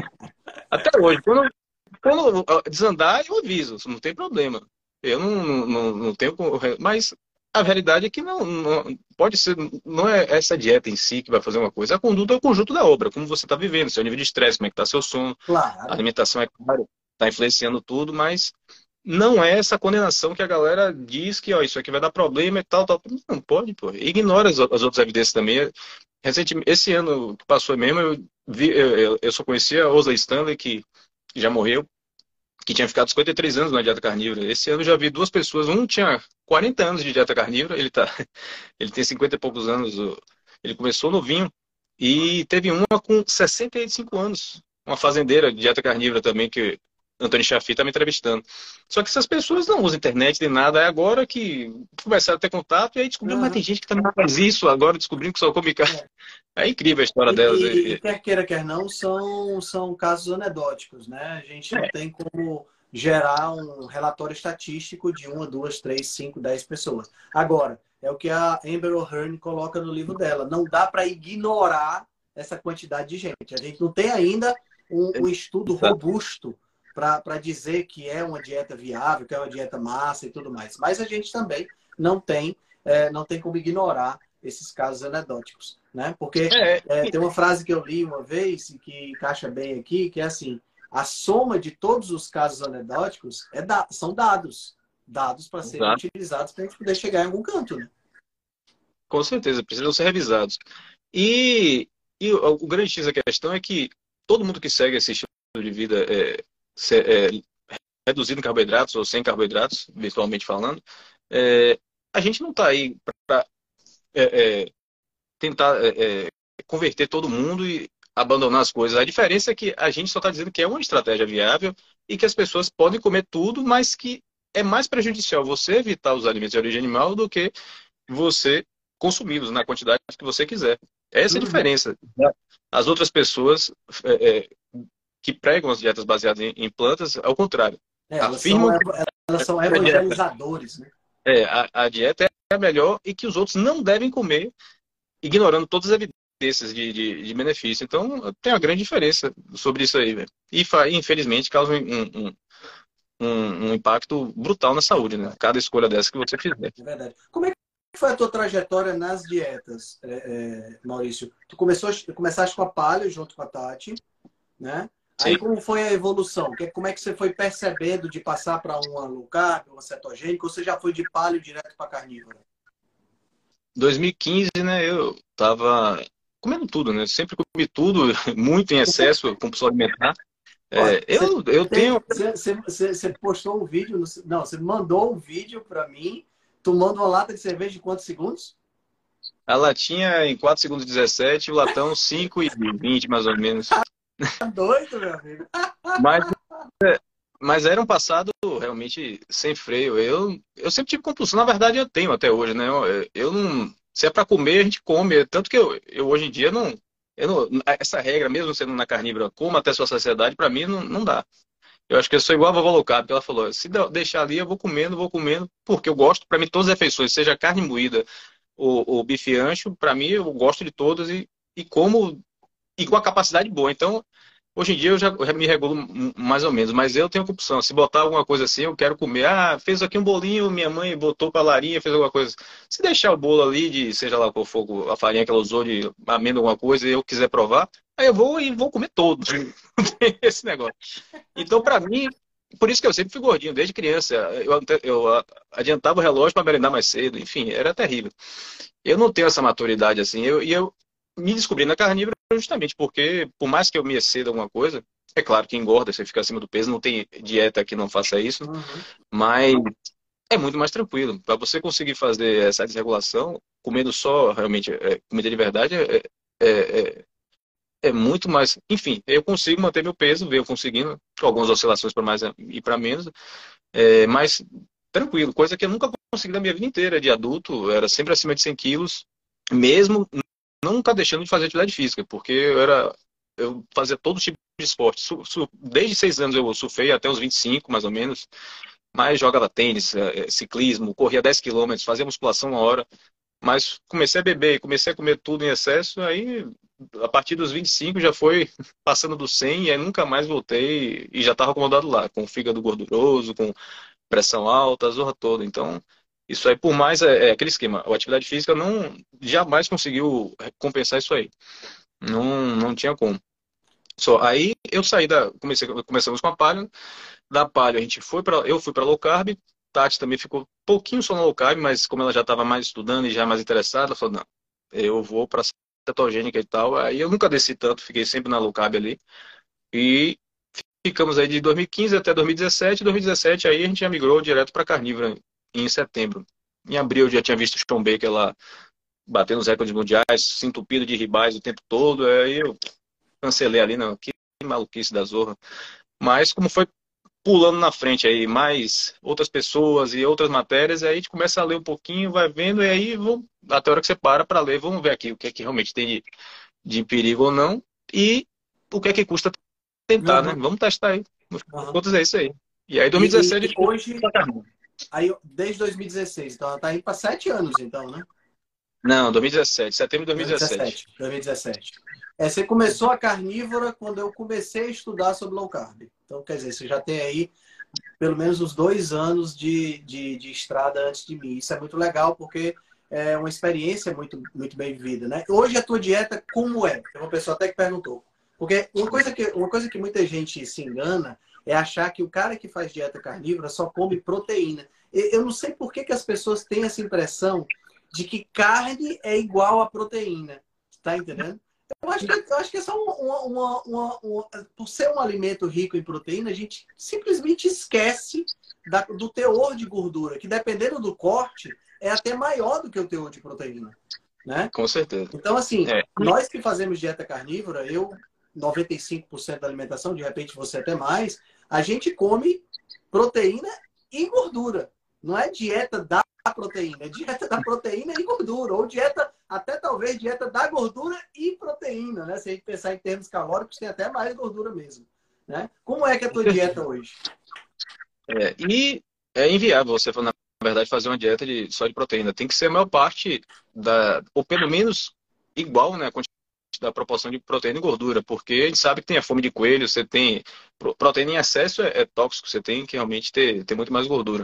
até hoje. Quando, quando desandar, eu aviso, não tem problema. Eu não, não, não, não tenho. Mas a realidade é que não, não pode ser, não é essa dieta em si que vai fazer uma coisa. A conduta é o conjunto da obra, como você está vivendo, seu nível de estresse, como é que está seu sono, a Claro. alimentação, é claro, está influenciando tudo, mas não é essa condenação que a galera diz que ó, isso aqui vai dar problema e tal, tal. Não pode, pô. Ignora as, as outras evidências também. Recentemente, esse ano que passou mesmo, eu, vi, eu, eu, eu só conhecia a Osley Stanley, que já morreu, que tinha ficado cinquenta e três anos na dieta carnívora. Esse ano eu já vi duas pessoas, um tinha quarenta anos de dieta carnívora, ele tá, ele tem cinquenta e poucos anos, ele começou novinho, e teve uma com sessenta e cinco anos, uma fazendeira de dieta carnívora também, que Antônio Chafi está me entrevistando. Só que essas pessoas não usam internet nem nada, é agora que começaram a ter contato, e aí descobriram, mas tem Uhum. gente que também faz isso, agora descobrindo que só come carne. É. É incrível a história E, delas. e- e É, quer queira, quer não, são, são casos anedóticos, né? A gente não tem como gerar um relatório estatístico de uma, duas, três, cinco, dez pessoas. Agora, é o que a Amber O'Hearn coloca no livro dela. Não dá para ignorar essa quantidade de gente. A gente não tem ainda um, é, um estudo robusto para dizer que é uma dieta viável, que é uma dieta massa e tudo mais. Mas a gente também não tem, é, não tem como ignorar esses casos anedóticos, né? Porque é, é, tem uma frase que eu li uma vez e que encaixa bem aqui, que é assim: a soma de todos os casos anedóticos é da são dados. Dados para serem exato. utilizados para a gente poder chegar em algum canto, né? Com certeza, precisam ser revisados. E, e o, o grande X da questão é que todo mundo que segue esse estilo de vida é, se- é, reduzido em carboidratos ou sem carboidratos, virtualmente falando, é, a gente não está aí para tentar é, é, converter todo mundo e abandonar as coisas. A diferença é que a gente só está dizendo que é uma estratégia viável e que as pessoas podem comer tudo, mas que é mais prejudicial você evitar os alimentos de origem animal do que você consumi-los na quantidade que você quiser. Essa é a Uhum. diferença. As outras pessoas é, é, que pregam as dietas baseadas em, em plantas, ao contrário, É, elas são, afirmam que elas são a dieta, evangelizadores, né? é, a, a dieta é a melhor e que os outros não devem comer, ignorando todas as evidências de, de, de benefício. Então, tem uma grande diferença sobre isso aí, velho. E, infelizmente, causa um, um, um, um impacto brutal na saúde, né? Cada escolha dessa que você fizer. É verdade. Como é que foi a tua trajetória nas dietas, é, é, Maurício? Tu começou, começaste com a paleo junto com a Tati, né? Aí Sim. como foi a evolução? Como é que você foi percebendo de passar para uma low carb, uma cetogênica, ou você já foi de paleo direto para carnívora? dois mil e quinze, né, eu tava comendo tudo, né? Sempre comi tudo, muito em excesso, compulsão alimentar. Ó, É, você, eu, eu tem, tenho. você, você, você postou um vídeo, no, não, você mandou um vídeo para mim, tomando uma lata de cerveja em quantos segundos? A latinha em quatro segundos e dezessete, o latão cinco e vinte, mais ou menos. Tá doido, meu amigo? Mas, mas era um passado realmente sem freio. Eu, eu sempre tive compulsão, na verdade eu tenho até hoje, né? Eu, eu não. Se é para comer, a gente come. Tanto que eu, eu hoje em dia não. Eu não, essa regra, mesmo sendo na carnívora, coma até sua saciedade, para mim não, não dá. Eu acho que eu sou igual a vovó low carb, que ela falou, se deixar ali, eu vou comendo, vou comendo, porque eu gosto, para mim, todas as refeições, seja carne moída ou, ou bife ancho, para mim, eu gosto de todas e, e como, e com a capacidade boa. Então, hoje em dia eu já, eu já me regulo mais ou menos, mas eu tenho compulsão. Se botar alguma coisa assim, eu quero comer. Ah, fez aqui um bolinho, minha mãe botou pra larinha, fez alguma coisa. Se deixar o bolo ali, de seja lá qual for a farinha que ela usou de amêndoa, alguma coisa, e eu quiser provar, aí eu vou e vou comer todo. Não tem esse negócio. Então, para mim, por isso que eu sempre fui gordinho, desde criança. Eu, eu adiantava o relógio para merendar mais cedo, enfim, era terrível. Eu não tenho essa maturidade assim. Eu, e eu me descobri na carnívora justamente porque, por mais que eu me exceda alguma coisa, é claro que engorda, você fica acima do peso, não tem dieta que não faça isso, Uhum. mas é muito mais tranquilo. Para você conseguir fazer essa desregulação, comendo só realmente é, comida de verdade, é, é, é é muito mais. Enfim, eu consigo manter meu peso, venho conseguindo, com algumas oscilações para mais e para menos, é, mas tranquilo, coisa que eu nunca consegui na minha vida inteira de adulto, era sempre acima de cem quilos, mesmo nunca deixando de fazer atividade física, porque eu era. Eu fazia todo tipo de esporte. Su, su, desde seis anos eu surfei até os vinte e cinco, mais ou menos. Mas jogava tênis, é, ciclismo, corria dez quilômetros, fazia musculação uma hora. Mas comecei a beber, comecei a comer tudo em excesso, aí a partir dos vinte e cinco já foi passando do cem e aí nunca mais voltei e já estava acomodado lá, com o fígado gorduroso, com pressão alta, a zorra toda. Então, isso aí, por mais, é, é aquele esquema, a atividade física não jamais conseguiu compensar isso aí. Não, não tinha como. Só, aí eu saí da, comecei, começamos com a palha, da palha a gente foi para, eu fui para low carb, Tati também ficou um pouquinho só no low carb, mas como ela já estava mais estudando e já mais interessada, ela falou, não, eu vou para cetogênica e tal. Aí eu nunca desci tanto, fiquei sempre na low carb ali. E ficamos aí de dois mil e quinze até dois mil e dezessete. dois mil e dezessete aí a gente já migrou direto para carnívora em setembro. Em abril eu já tinha visto o Sean Baker lá batendo os recordes mundiais, se entupido de ribais o tempo todo. Aí eu cancelei ali, não, que maluquice da zorra. Mas como foi pulando na frente aí, mais outras pessoas e outras matérias, aí a gente começa a ler um pouquinho, vai vendo, e aí vamos, até a hora que você para para ler, vamos ver aqui o que é que realmente tem de, de perigo ou não, e o que é que custa tentar, né? Uhum. Vamos testar aí. No final das Uhum. contas é isso aí. E aí, E, e- dois mil e dezessete, a e gente hoje, começou a carne. aí, desde dois mil e dezesseis, então ela tá indo para sete anos, então, né? Não, dois mil e dezessete, setembro de dois mil e dezessete. dois mil e dezessete. dois mil e dezessete. É, você começou a carnívora quando eu comecei a estudar sobre low carb. Então, quer dizer, você já tem aí pelo menos uns dois anos de, de, de estrada antes de mim. Isso é muito legal, porque é uma experiência muito, muito bem vivida, né? Hoje a tua dieta como é? Tem uma pessoa até que perguntou. Porque uma coisa que, uma coisa que muita gente se engana é achar que o cara que faz dieta carnívora só come proteína. Eu não sei por que, que as pessoas têm essa impressão de que carne é igual a proteína. Tá entendendo? Eu acho que, eu acho que é só uma, uma, uma, uma, por ser um alimento rico em proteína, a gente simplesmente esquece da, do teor de gordura, que dependendo do corte, é até maior do que o teor de proteína. né? Com certeza. Então, assim, É. nós que fazemos dieta carnívora, eu, noventa e cinco por cento da alimentação, de repente você até mais, a gente come proteína e gordura. Não é dieta da proteína, é dieta da proteína e gordura. Ou dieta, até talvez dieta da gordura e proteína, né? Se a gente pensar em termos calóricos, tem até mais gordura mesmo, né? Como é que é a tua dieta hoje? É, e é inviável você, na verdade, fazer uma dieta de, só de proteína. Tem que ser a maior parte, da, ou pelo menos igual, né, a quantidade da proporção de proteína e gordura, porque a gente sabe que tem a fome de coelho, você tem proteína em excesso, é, é tóxico, você tem que realmente ter, ter muito mais gordura.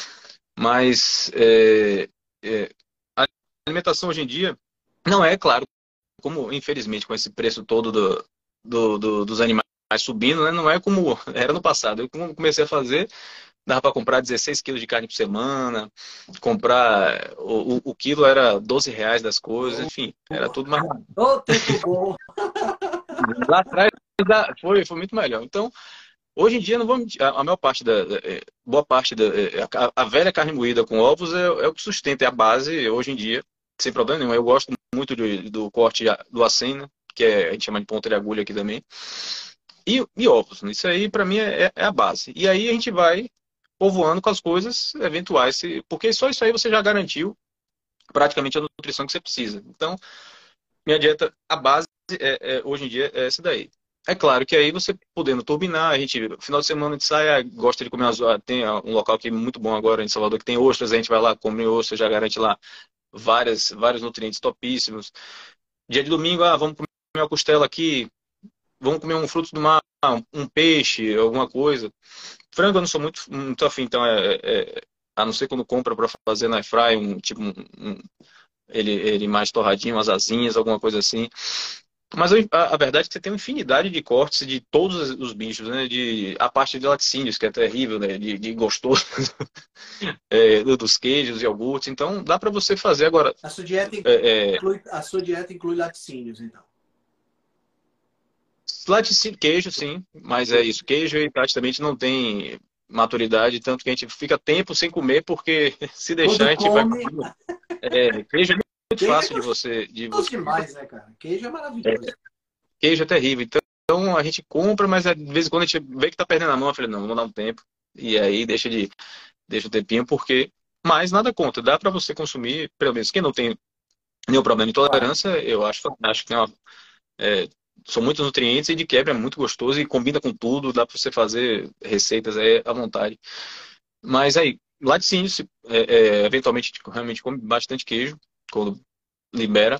Mas é, é, a alimentação hoje em dia não é, claro, como infelizmente com esse preço todo do, do, do, dos animais subindo, né, não é como era no passado. Eu quando comecei a fazer, dava para comprar dezesseis quilos de carne por semana, comprar, o, o, o quilo era doze reais das coisas, enfim, era tudo mais. Ô, tempo bom! Lá atrás foi, foi muito melhor. Então, hoje em dia, não vamos, a, a maior parte da, da- é, boa parte da, é, a, a velha carne moída com ovos é, é o que sustenta, é a base hoje em dia, sem problema nenhum. Eu gosto muito de- do corte do acém, que é, a gente chama de ponta de agulha aqui também, e, e ovos. Isso aí, para mim, é, é a base. E aí a gente vai povoando com as coisas eventuais, se- porque só isso aí você já garantiu praticamente a nutrição que você precisa. Então, minha dieta, a base é, é, hoje em dia é essa daí. É claro que aí você podendo turbinar, a gente, final de semana a gente sai, ah, gosta de comer umas, ah, tem ah, um local aqui muito bom agora em Salvador que tem ostras, a gente vai lá, come ostra, já garante lá várias, vários nutrientes topíssimos. Dia de domingo, ah, vamos comer uma costela aqui, vamos comer um fruto do mar, um peixe, alguma coisa. Frango eu não sou muito, muito afim, então é, é- a não ser quando compra para fazer na airfry, um tipo um, um- ele, ele mais torradinho, umas asinhas, alguma coisa assim. Mas a, a verdade é que você tem uma infinidade de cortes de todos os bichos, né? De, a parte de laticínios, que é terrível, né? De, de gostoso, é, dos queijos, iogurtes. Então, dá para você fazer agora. A sua dieta É, é, inclui, a sua dieta inclui laticínios, então. laticínio, queijo, sim, mas é isso. Queijo e praticamente não tem maturidade, tanto que a gente fica tempo sem comer, porque se deixar a Quando gente vai. come, É, queijo é muito queijo é fácil de você, de gostoso você. demais, né, cara? Queijo é É, maravilhoso. queijo é terrível. Então a gente compra, mas é, de vez em quando a gente vê que tá perdendo a mão, eu falei, não, vamos dar um tempo. E aí deixa de deixa um tempinho, porque. Mas nada contra, dá para você consumir, pelo menos quem não tem nenhum problema de Claro. intolerância, eu acho fantástico. Tem uma, é, são muitos nutrientes e de quebra é muito gostoso e combina com tudo, dá para você fazer receitas aí à vontade. Mas aí, laticínio, se, é, é, eventualmente, tipo, realmente come bastante queijo, quando libera.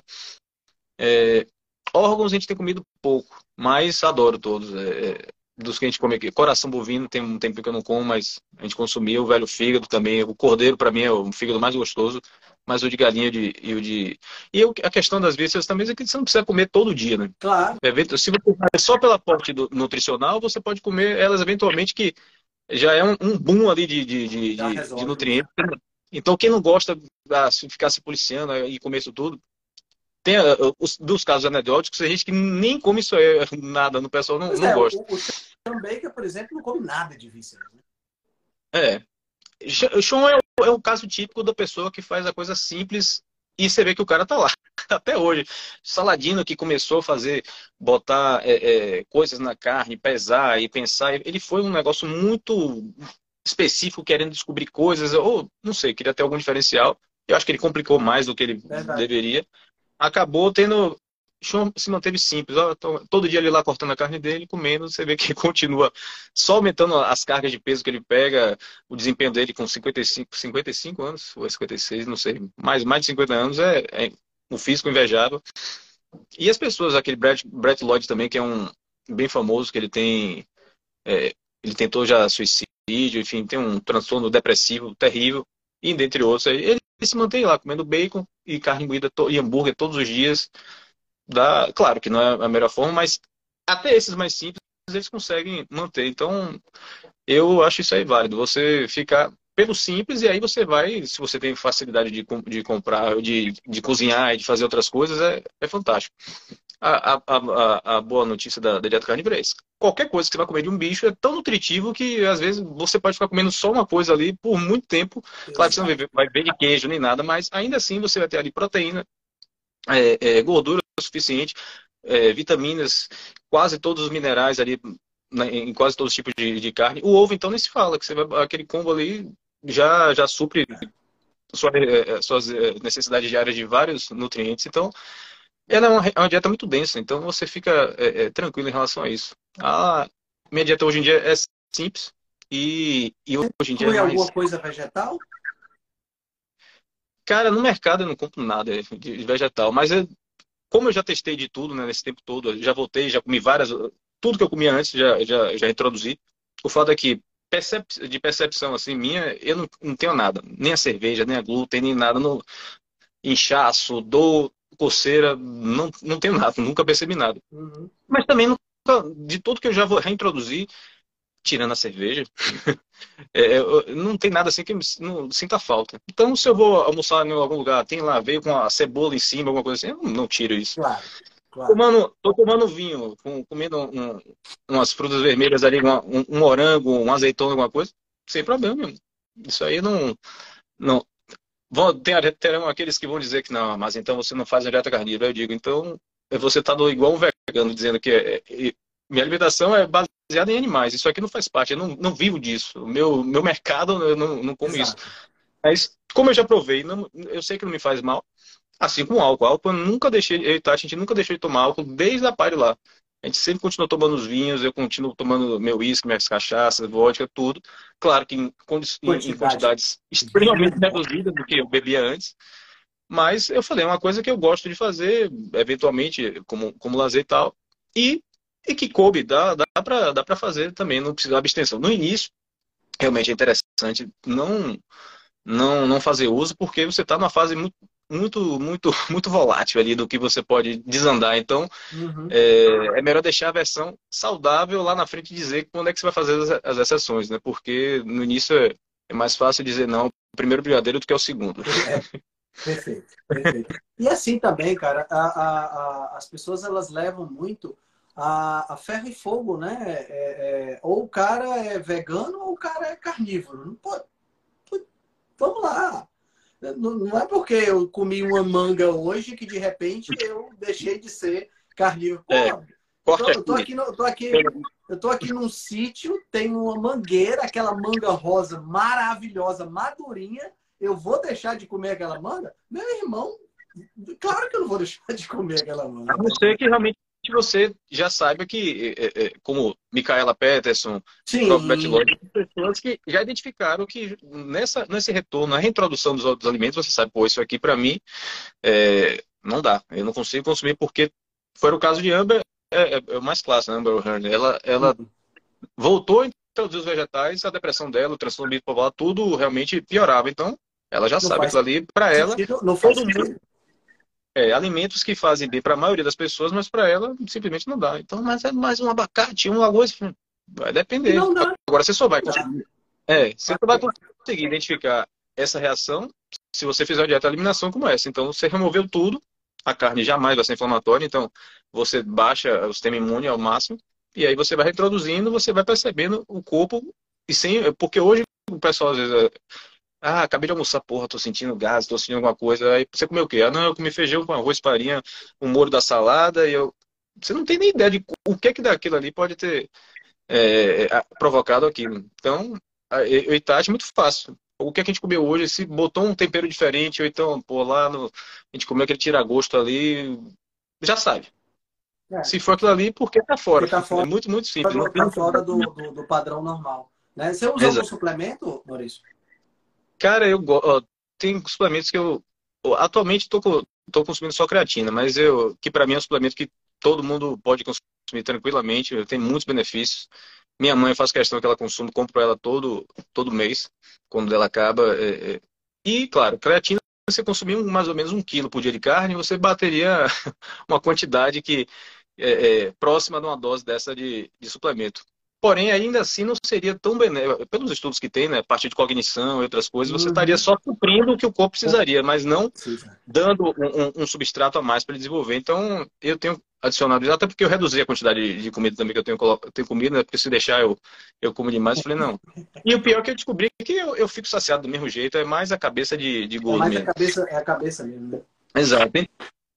É, órgãos a gente tem comido pouco, mas adoro todos. É, é, dos que a gente come aqui. Coração bovino tem um tempo que eu não como, mas a gente consumia. O velho fígado também. O cordeiro, para mim, é o fígado mais gostoso. Mas o de galinha de, e o de. E eu- a questão das vísceras também é que você não precisa comer todo dia, né? Claro. Evento- Se você vai só pela parte do- nutricional, você pode comer elas eventualmente, que já é um, um boom ali de, de, de, Já de, de resolve. nutrientes. Então, quem não gosta de ficar se policiando e comer isso tudo, tem uh, os, dos casos anedóticos, tem gente que nem come isso aí, nada, no pessoal não, Pois não é, o, gosta. o Sean Baker, por exemplo, não come nada de vísceras, né? É. O Sean é, o- é um caso típico da pessoa que faz a coisa simples e você vê que o cara tá lá, até hoje. Saladino que começou a fazer, botar é, é, coisas na carne, pesar e pensar, ele foi um negócio muito específico, querendo descobrir coisas, ou não sei, queria ter algum diferencial. Eu acho que ele complicou mais do que ele Verdade. deveria. Acabou tendo. Sean se manteve simples. Ó, tô- todo dia ele lá cortando a carne dele, comendo, você vê que ele continua só aumentando as cargas de peso que ele pega, o desempenho dele com cinquenta e cinco, cinquenta e cinco anos, ou é cinquenta e seis, não sei, mais, mais de cinquenta anos, é, é um físico invejável. E as pessoas, aquele Brett, Brett Lloyd também, que é um bem famoso, que ele tem, é, ele tentou já suicídio, enfim, tem um transtorno depressivo terrível, e dentre outros, aí, ele se mantém lá comendo bacon e carne moída to- e hambúrguer todos os dias. Dá, claro que não é a melhor forma, mas até esses mais simples eles conseguem manter. Então, eu acho isso aí válido. Você ficar pelo simples e aí você vai, se você tem facilidade de, com- de comprar, de, de cozinhar e de fazer outras coisas, é, é fantástico. A, a, a, a boa notícia da, da dieta carnívora é isso. Qualquer coisa que você vai comer de um bicho é tão nutritivo que às vezes você pode ficar comendo só uma coisa ali por muito tempo. Claro que você não vai Exato. ver, vai ver de queijo nem nada, mas ainda assim você vai ter ali proteína, é, é, gordura suficiente, é, vitaminas, quase todos os minerais ali, né, em quase todos os tipos de, de carne. O ovo, então, nem se fala, que você vai, aquele combo ali já, já supre sua, é, suas é, necessidades diárias de vários nutrientes. Então, ela é uma, é uma dieta muito densa, então você fica é, é, tranquilo em relação a isso. A minha dieta hoje em dia é simples e, e hoje em dia é Inclui mais. alguma coisa vegetal? Cara, no mercado eu não compro nada de de vegetal, mas eu, como eu já testei de tudo, né, nesse tempo todo, eu já voltei, já comi várias, tudo que eu comia antes já, já, já introduzi. O fato é que percep, de percepção assim minha, eu não, não tenho nada, nem a cerveja, nem a glúten, nem nada, no inchaço, dor, coceira, não, não tenho nada, nunca percebi nada. Uhum. Mas também nunca, de tudo que eu já vou reintroduzir, tirando a cerveja, é, eu- não tem nada assim que eu me- não sinta falta. Então, se eu vou almoçar em algum lugar, tem lá, veio com a cebola em cima, alguma coisa assim, eu não tiro isso. Claro, claro. Tomando, tô tomando vinho, com- comendo um- umas frutas vermelhas ali, uma- um, um morango, um azeitona, alguma coisa, sem problema mesmo. Isso aí não. não vão, tem, terão aqueles que vão dizer que não, mas então você não faz a dieta carnívora. Eu digo, então você está igual um vegano, dizendo que é, é- minha alimentação é baseada em animais. Isso aqui não faz parte, eu não, não vivo disso. O meu, meu mercado, eu não, não como isso. Exato. Mas, como eu já provei, não, eu sei que não me faz mal. Assim como o álcool. Álcool eu nunca deixei, eu e Tati, a gente nunca deixou de tomar álcool desde a Pare lá. A gente sempre continuou tomando os vinhos, eu continuo tomando meu uísque, minhas cachaças, vodka, tudo. Claro que em, condi- em- em Quantidade quantidades extremamente reduzidas do que eu bebia antes. Mas eu falei, é uma coisa que eu gosto de fazer, eventualmente, como, como lazer e tal. E, e que coube, dá, dá para dá pra fazer também, não precisa de abstenção. No início, realmente é interessante não não, não fazer uso, porque você está numa fase muito, muito, muito, muito volátil ali do que você pode desandar. Então, Uhum. é, é melhor deixar a versão saudável lá na frente e dizer quando é que você vai fazer as, as exceções, né? Porque no início é, é mais fácil dizer não, o primeiro brigadeiro do que é o segundo. É, perfeito, perfeito. E assim também, cara, a, a, a- as pessoas elas levam muito a, a ferro e fogo, né? É, é, ou o cara é vegano ou o cara é carnívoro. Não pode, vamos lá. Não, não é porque eu comi uma manga hoje que de repente eu deixei de ser carnívoro. É, Pô, eu tô, corte eu tô aqui. aqui, no- eu tô aqui, eu tô aqui num sítio, tem uma mangueira, aquela manga rosa maravilhosa, madurinha. Eu vou deixar de comer aquela manga? Meu irmão, claro que eu não vou deixar de comer aquela A manga, não né? ser que realmente você já saiba que, é, é, é, como Micaela Peterson, o próprio Beth Sim, Lloyd, pessoas que já identificaram que nessa, nesse retorno, na reintrodução dos outros alimentos, você sabe, pô, isso aqui para mim é, não dá, eu não consigo consumir porque foi o caso de Amber, é, é, é o mais clássico, né, Amber Heard. Ela, ela uhum. voltou a introduzir os vegetais, a depressão dela, o transtorno bipolar, tudo realmente piorava. Então, ela já Não sabe faz aquilo ali, para ela, sentido, não faz todo mundo sentido. é, alimentos que fazem bem para a maioria das pessoas, mas para ela simplesmente não dá. Então, mas é mais um abacate, um arroz, hum, vai E depender. não dá, Agora, você só vai não dá. conseguir, é, você só vai conseguir identificar essa reação se você fizer uma dieta de eliminação como essa. Então, você removeu tudo, a carne jamais vai ser inflamatória, então você baixa o sistema imune ao máximo, e aí você vai reproduzindo, você vai percebendo o corpo, e sem, porque hoje o pessoal às vezes é, ah, acabei de almoçar, porra, tô sentindo gás, tô sentindo alguma coisa. Aí você comeu o quê? Ah, não, eu comi feijão com arroz, farinha, o molho da salada, e eu. Você não tem nem ideia de o que que daquilo ali pode ter é, é, provocado aquilo. Então, a- eu e Tati, muito fácil. O que é que a gente comeu hoje? Se botou um tempero diferente, ou então, pô, lá no, a gente comeu aquele tira-gosto ali, já sabe. É, Se for aquilo ali, porque tá porque fora. tá É fora muito, muito simples. Não do, tem tá muito fora segredo. do, do, do padrão normal. Né? Você usa algum Exato. suplemento, Maurício? Cara, eu go- ó, tem suplementos que eu ó, atualmente tô, co- tô consumindo só creatina, mas eu que para mim é um suplemento que todo mundo pode consumir tranquilamente, tem muitos benefícios. Minha mãe faz questão que ela consuma, compro ela todo todo mês, quando ela acaba. é, é. E claro, creatina você consumir um- mais ou menos um quilo por dia de carne, você bateria uma quantidade que é, é, próxima de uma dose dessa de, de suplemento. Porém, ainda assim não seria tão benéfico. Pelos estudos que tem, né, a partir de cognição e outras coisas, você estaria Uhum. só suprindo o que o corpo Bom, precisaria, mas não precisa. dando um, um- um substrato a mais para ele desenvolver. Então, eu tenho adicionado, até porque eu reduzi a quantidade de, de comida também que eu tenho, colo- eu tenho comido, né, porque se deixar eu, eu como demais. Eu falei, não. E o pior é que eu descobri que eu, eu fico saciado do mesmo jeito, é mais a cabeça de, de É gordo mais a mesmo. cabeça, é a cabeça mesmo, né? Exato.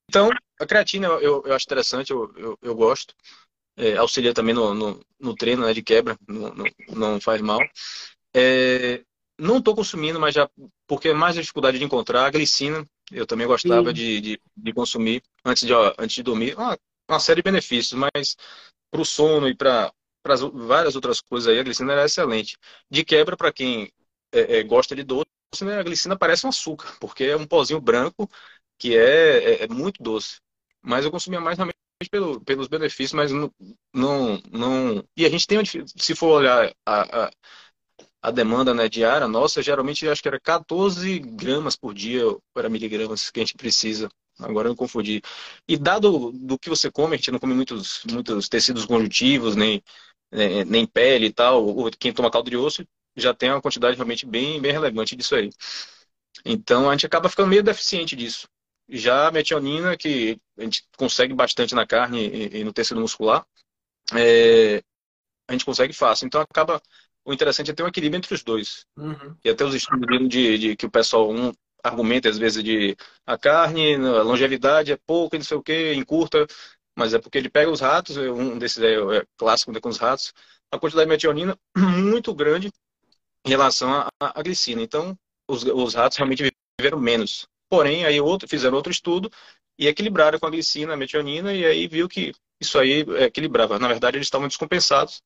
Então, a creatina eu, eu, eu acho interessante, eu, eu, eu gosto. É, auxilia também no, no, no treino, né, de quebra, não, não, não faz mal. É, não estou consumindo, mas já porque é mais a dificuldade de encontrar. A glicina, eu também gostava Sim. de, de, de consumir antes de, ó, antes de dormir. Uma, uma série de benefícios, mas para o sono e para várias outras coisas aí, a glicina era excelente. De quebra, para quem é, é, gosta de doce, né, a glicina parece um açúcar, porque é um pozinho branco que é, é, é muito doce. Mas eu consumia mais realmente pelo, pelos benefícios, mas não, não, não. E a gente tem, uma dif- se for olhar a, a, a demanda, né, diária nossa, geralmente eu acho que era quatorze gramas por dia, ou era miligramas que a gente precisa. Agora eu confundi. E dado do que você come, a gente não come muitos, muitos tecidos conjuntivos, nem, nem, nem pele e tal, ou quem toma caldo de osso já tem uma quantidade realmente bem, bem relevante disso aí. Então a gente acaba ficando meio deficiente disso. Já a metionina, que a gente consegue bastante na carne e, e no tecido muscular, é, a gente consegue fácil. Então acaba. O interessante é ter um equilíbrio entre os dois. Uhum. E até os estudos de, de que o pessoal um, argumenta às vezes de a carne, a longevidade é pouco, e não sei o que, encurta, mas é porque ele pega os ratos, um desses é, é clássico né, com os ratos, a quantidade de metionina muito grande em relação à, à glicina. Então, os, os ratos realmente viveram menos. Porém, aí outro, fizeram outro estudo e equilibraram com a glicina, a metionina, e aí viu que isso aí é, equilibrava. Na verdade, eles estavam descompensados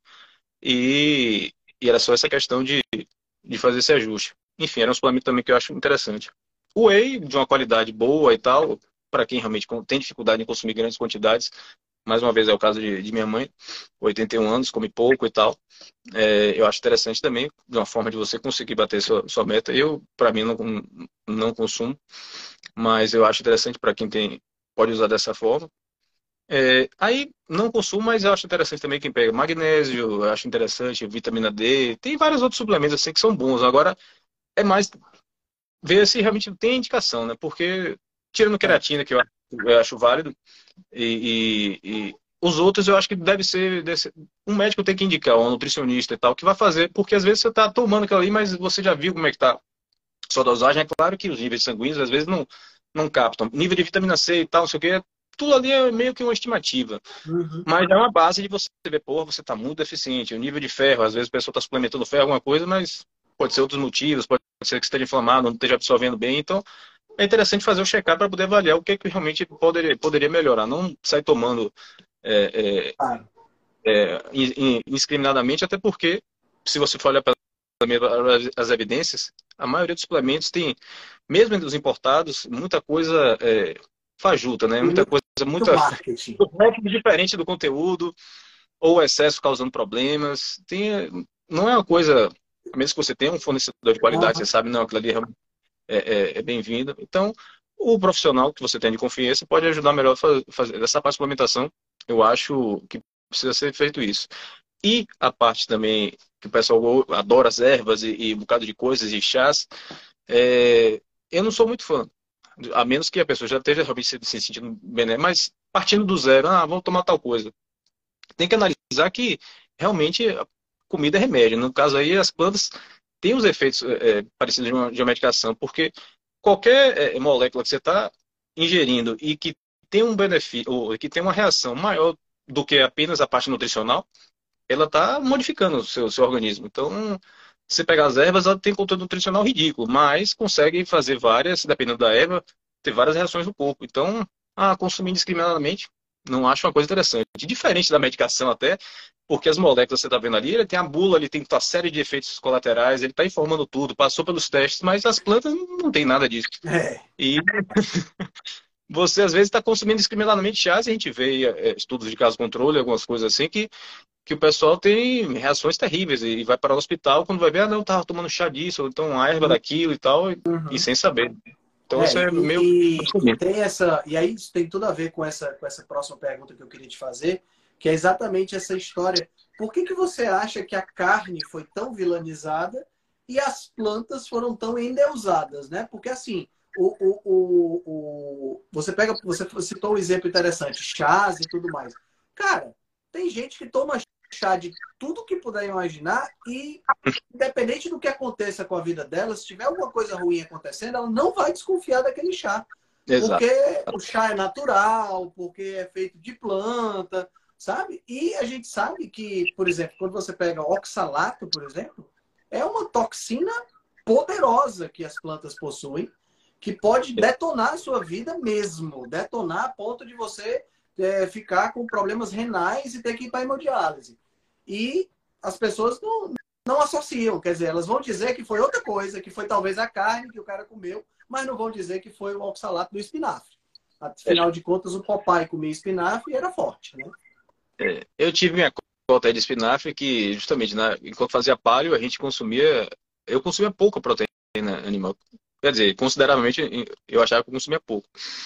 e, e era só essa questão de, de fazer esse ajuste. Enfim, era um suplemento também que eu acho interessante. O whey, de uma qualidade boa e tal, para quem realmente tem dificuldade em consumir grandes quantidades, mais uma vez é o caso de, de minha mãe, oitenta e um anos, come pouco e tal. É, eu acho interessante também, de uma forma de você conseguir bater sua, sua meta. Eu, para mim, não, não consumo, mas eu acho interessante para quem tem, pode usar dessa forma. É, aí não consumo, mas eu acho interessante também quem pega magnésio, eu acho interessante, vitamina D, tem vários outros suplementos assim que são bons. Agora é mais ver se realmente tem indicação, né? Porque tirando É. creatina, que eu, eu acho válido, e, e- e os outros eu acho que deve ser, deve ser- um médico tem que indicar, um nutricionista e tal, que vai fazer, porque às vezes você está tomando aquilo ali, mas você já viu como é que tá sua dosagem. É claro que os níveis sanguíneos às vezes não, não captam. Nível de vitamina C e tal, não sei o quê, tudo ali é meio que uma estimativa. Uhum. Mas é uma base de você ver, pô, você está muito deficiente. O nível de ferro, às vezes a pessoa está suplementando ferro, alguma coisa, mas pode ser outros motivos, pode ser que esteja inflamado, não esteja absorvendo bem. Então, é interessante fazer o check-up para poder avaliar o que, é que realmente poderia, poderia melhorar. Não sair tomando é, é, Claro. é, indiscriminadamente, até porque, se você for olhar para as evidências, a maioria dos suplementos tem, mesmo entre os importados, muita coisa é, fajuta, né? Tem Muita muito coisa, muita marketing. diferente do conteúdo ou excesso causando problemas. Tem, não é uma coisa, a menos que você tenha um fornecedor de qualidade, você Aham. sabe, não, aquilo ali é, é, é bem-vindo. Então, o profissional que você tem de confiança pode ajudar melhor a fa- fazer essa parte de suplementação. Eu acho que precisa ser feito isso. E a parte também que o pessoal adora as ervas e, e um bocado de coisas e chás, é, eu não sou muito fã. A menos que a pessoa já esteja realmente se, se sentindo bem, né? Mas partindo do zero, ah, vamos tomar tal coisa. Tem que analisar que realmente a comida é remédio. No caso aí, as plantas têm os efeitos é, é, parecidos de uma, de uma medicação, porque qualquer é, molécula que você está ingerindo e que tem um benefício, ou que tem uma reação maior do que apenas a parte nutricional, ela está modificando o seu, seu organismo. Então, se você pegar as ervas, ela tem conteúdo nutricional ridículo, mas consegue fazer várias, dependendo da erva, ter várias reações no corpo. Então, ah, consumir indiscriminadamente, não acho uma coisa interessante. Diferente da medicação até, porque as moléculas que você está vendo ali, ele tem a bula, ele tem uma série de efeitos colaterais, ele está informando tudo, passou pelos testes, mas as plantas não tem nada disso. É. E você, às vezes, está consumindo indiscriminadamente chás, e a gente vê é, estudos de caso controle, algumas coisas assim, que que o pessoal tem reações terríveis e vai para o hospital quando vai ver, ah, não, tava tomando chá disso, ou então a erva daquilo e tal, e, e Uhum. sem saber. Então É, isso é e, meio. e, e tem essa. E aí isso tem tudo a ver com essa, com essa próxima pergunta que eu queria te fazer, que é exatamente essa história. Por que, que você acha que a carne foi tão vilanizada e as plantas foram tão endeusadas, né? Porque assim, o, o, o, o, você pega, você citou um exemplo interessante, chás e tudo mais. Cara, tem gente que toma chá de tudo que puder imaginar e independente do que aconteça com a vida dela, se tiver alguma coisa ruim acontecendo, ela não vai desconfiar daquele chá. Exato. Porque o chá é natural, porque é feito de planta, sabe? E a gente sabe que, por exemplo, quando você pega oxalato, por exemplo, é uma toxina poderosa que as plantas possuem, que pode detonar a sua vida mesmo, detonar a ponto de você é, ficar com problemas renais e ter que ir para hemodiálise. E as pessoas não, não associam, quer dizer, elas vão dizer que foi outra coisa, que foi talvez a carne que o cara comeu, mas não vão dizer que foi o oxalato do espinafre. Afinal de contas, o papai comia espinafre e era forte, né? É, eu tive minha cota de espinafre que, justamente, né, enquanto fazia paleo, a gente consumia. Eu consumia pouca proteína animal. Quer dizer, consideravelmente, eu achava que eu consumia pouco.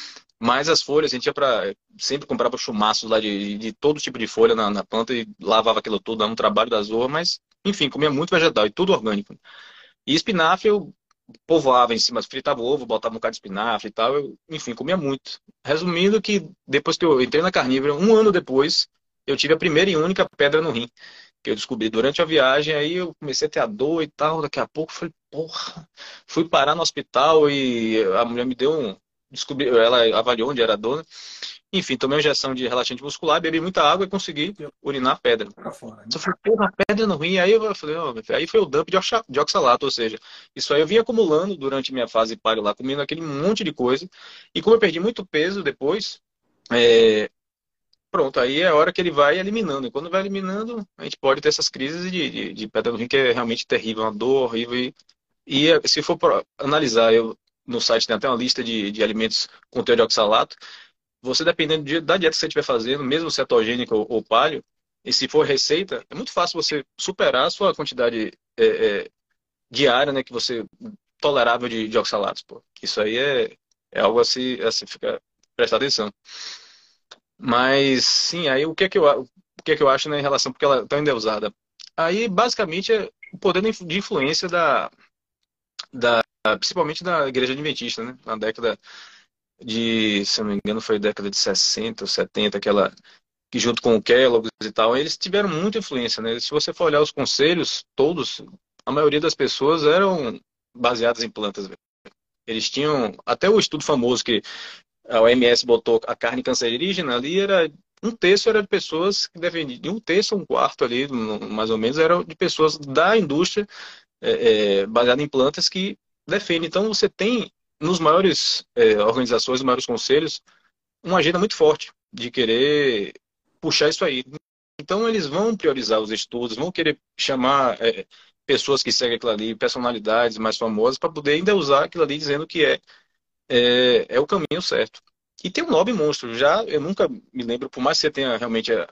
Mas as folhas, a gente ia para. Sempre comprava chumaços lá de, de todo tipo de folha na, na planta e lavava aquilo tudo, dava um trabalho da zorra, mas, enfim, comia muito vegetal e tudo orgânico. E espinafre eu povoava em cima, fritava ovo, botava um bocado de espinafre e tal. Eu, enfim, comia muito. Resumindo que depois que eu entrei na carnívora, um ano depois, eu tive a primeira e única pedra no rim. Que eu descobri durante a viagem, aí eu comecei a ter a dor e tal. Daqui a pouco eu falei, porra, fui parar no hospital e a mulher me deu um. Descobri, ela avaliou onde era a dor, né? Enfim, tomei uma injeção de relaxante muscular, bebi muita água e consegui urinar pedra. Pra fora, né? Eu falei, porra, pedra no rim. Aí eu falei, ó, aí foi o dump de oxa- de oxalato, ou seja, isso aí eu vim acumulando durante minha fase paleo lá, comendo aquele monte de coisa. E como eu perdi muito peso depois, é, pronto, aí é a hora que ele vai eliminando. E quando vai eliminando, a gente pode ter essas crises de, de, de pedra no rim, que é realmente terrível, uma dor horrível. E, e é, se for pra analisar, eu, no site tem até uma lista de, de alimentos com teor de oxalato. Você, dependendo de- da dieta que você estiver fazendo, mesmo cetogênica ou, ou paleo, e se for receita, é muito fácil você superar a sua quantidade é, é, diária, né, que você tolerável de, de oxalatos, pô. Isso aí é, é algo a se, a se ficar, prestar atenção. Mas, sim, aí o que é que eu, a- o que é que eu acho, né, em relação, porque ela é tão endeusada? Aí, basicamente, é o poder de influ- de influência da, da, principalmente da Igreja Adventista, né, na década de, se eu não me engano, foi década de sessenta ou setenta, aquela que junto com o Kellogg's e tal, eles tiveram muita influência, né? Se você for olhar os conselhos, todos, a maioria das pessoas eram baseadas em plantas, velho. Eles tinham, até o estudo famoso que a O M S botou a carne cancerígena ali, era um terço era de pessoas que defendiam, um terço, um quarto ali, mais ou menos, eram de pessoas da indústria é, é, baseada em plantas que defendem. Então você tem nos maiores é, organizações, nos maiores conselhos, uma agenda muito forte de querer puxar isso aí. Então, eles vão priorizar os estudos, vão querer chamar é, pessoas que seguem aquilo ali, personalidades mais famosas, para poder ainda usar aquilo ali dizendo que é, é, é o caminho certo. E tem um lobby monstro. Já eu nunca me lembro, por mais que você tenha realmente a,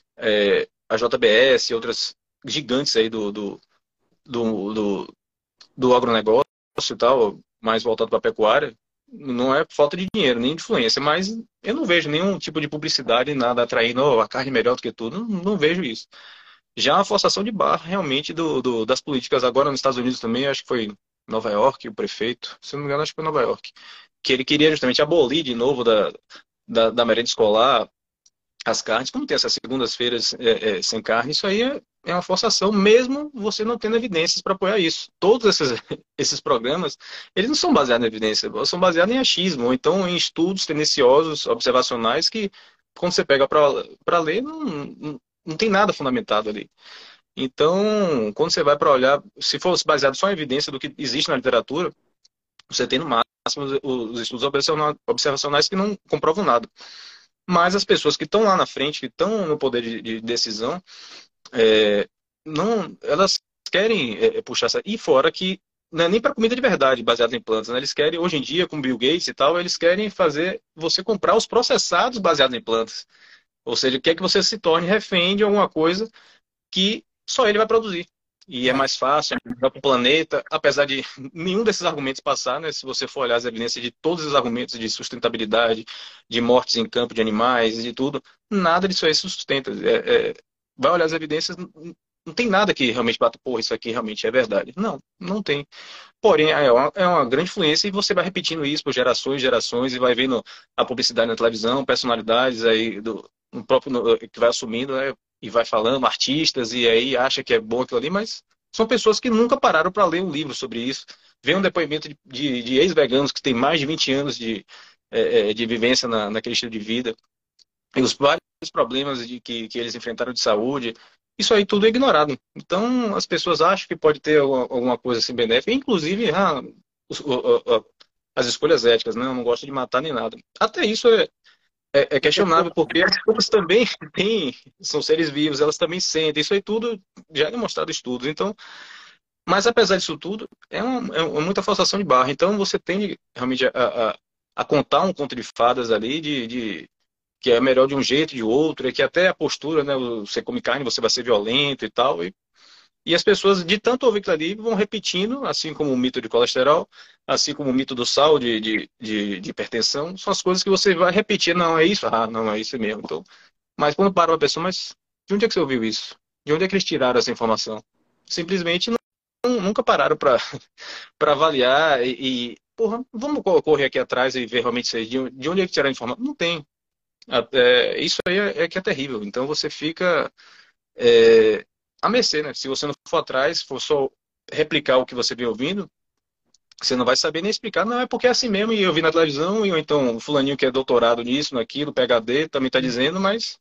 é, a J B S e outras gigantes aí do, do, do, do, do agronegócio e tal, mais voltado para a pecuária, não é falta de dinheiro, nem de influência, mas eu não vejo nenhum tipo de publicidade, nada atraindo, oh, a carne é melhor do que tudo, não, não vejo isso. Já a forçação de barra, realmente, do, do, das políticas agora nos Estados Unidos também, acho que foi Nova York, o prefeito, se não me engano, acho que foi Nova York, que ele queria justamente abolir de novo da, da, da merenda escolar as carnes, como tem essas segundas-feiras é, é, sem carne, isso aí é, é uma forçação, mesmo você não tendo evidências para apoiar isso. Todos esses, esses programas, eles não são baseados em evidência, eles são baseados em achismo, ou então em estudos tendenciosos, observacionais, que quando você pega para ler, não, não, não tem nada fundamentado ali. Então, quando você vai para olhar, se fosse baseado só em evidência do que existe na literatura, você tem no máximo os, os estudos observacionais que não comprovam nada. Mas as pessoas que estão lá na frente, que estão no poder de, de decisão, é, não, elas querem é, puxar essa. E fora que não é nem para comida de verdade, baseada em plantas, né? Eles querem, hoje em dia, com Bill Gates e tal, eles querem fazer você comprar os processados baseados em plantas. Ou seja, quer que você se torne refém de alguma coisa que só ele vai produzir. E é É. mais fácil, é melhor para o planeta, apesar de nenhum desses argumentos passar, né? Se você for olhar as evidências de todos os argumentos de sustentabilidade, de mortes em campo de animais, de tudo, nada disso aí se sustenta. É, é, vai olhar as evidências, não, não tem nada que realmente bata, porra, isso aqui realmente é verdade. Não, não tem. Porém, é uma, é uma grande influência e você vai repetindo isso por gerações e gerações e vai vendo a publicidade na televisão, personalidades aí do no próprio no- que vai assumindo, né? E vai falando, artistas, e aí acha que é bom aquilo ali, mas são pessoas que nunca pararam para ler um livro sobre isso. Vê um depoimento de, de, de ex-veganos que tem mais de vinte anos de, é, é, de vivência na, naquele estilo de vida, e os vários problemas de, que, que eles enfrentaram de saúde, isso aí tudo é ignorado. Então, as pessoas acham que pode ter alguma, alguma coisa assim benéfica, inclusive ah, os- o- o- o- as escolhas éticas, né? Eu não gosto de matar nem nada. Até isso é, é, é questionável, porque as pessoas também têm, são seres vivos, elas também sentem. Isso aí tudo já é demonstrado em estudos. Então, mas apesar disso tudo, é, um, é um- muita forçação de barra. Então, você tem realmente a, a, a contar um conto de fadas ali de, de que é melhor de um jeito, de outro, e que até a postura, né? Você come carne, você vai ser violento e tal. E, e as pessoas, de tanto ouvir aquilo ali, vão repetindo, assim como o mito de colesterol, assim como o mito do sal, de, de, de, de hipertensão, são as coisas que você vai repetir. Não, é isso? Ah, não, é isso mesmo. Então, mas quando para uma pessoa, mas de onde é que você ouviu isso? De onde é que eles tiraram essa informação? Simplesmente não, nunca pararam para para avaliar e, e, porra, vamos correr aqui atrás e ver realmente isso aí, de de onde é que tiraram a informação? Não tem. Até, isso aí é, é que é terrível. Então você fica é, à mercê, né? Se você não for atrás, for só replicar o que você vem ouvindo, você não vai saber nem explicar. Não, é porque é assim mesmo, e eu vi na televisão, e ou então o fulaninho que é doutorado nisso, naquilo, P H D, também está dizendo, mas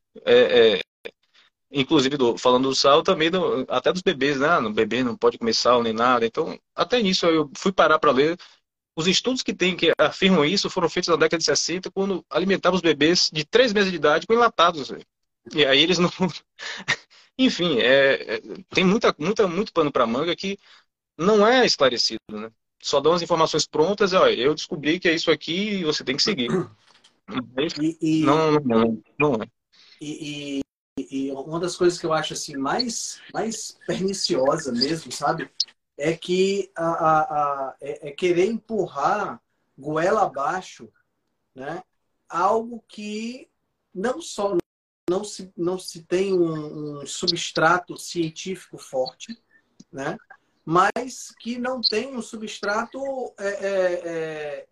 é, é, inclusive do, falando do sal também, do, até dos bebês, né? No bebê não pode comer sal nem nada. Então, até nisso eu fui parar para ler. Os estudos que tem que afirmam isso foram feitos na década de sessenta, quando alimentavam os bebês de três meses de idade com enlatados. Velho. E aí eles não. Enfim, é, é, tem muita, muita, muito pano para manga que não é esclarecido, né? Só dão as informações prontas, e, olha, eu descobri que é isso aqui e você tem que seguir. Mas E, e, não, não, não é. e, e, e uma das coisas que eu acho assim mais, mais perniciosa mesmo, sabe? É que a, a, a, é, é querer empurrar goela abaixo, né? Algo que não só não se, não se tem um, um substrato científico forte, né? Mas que não tem um substrato é, é,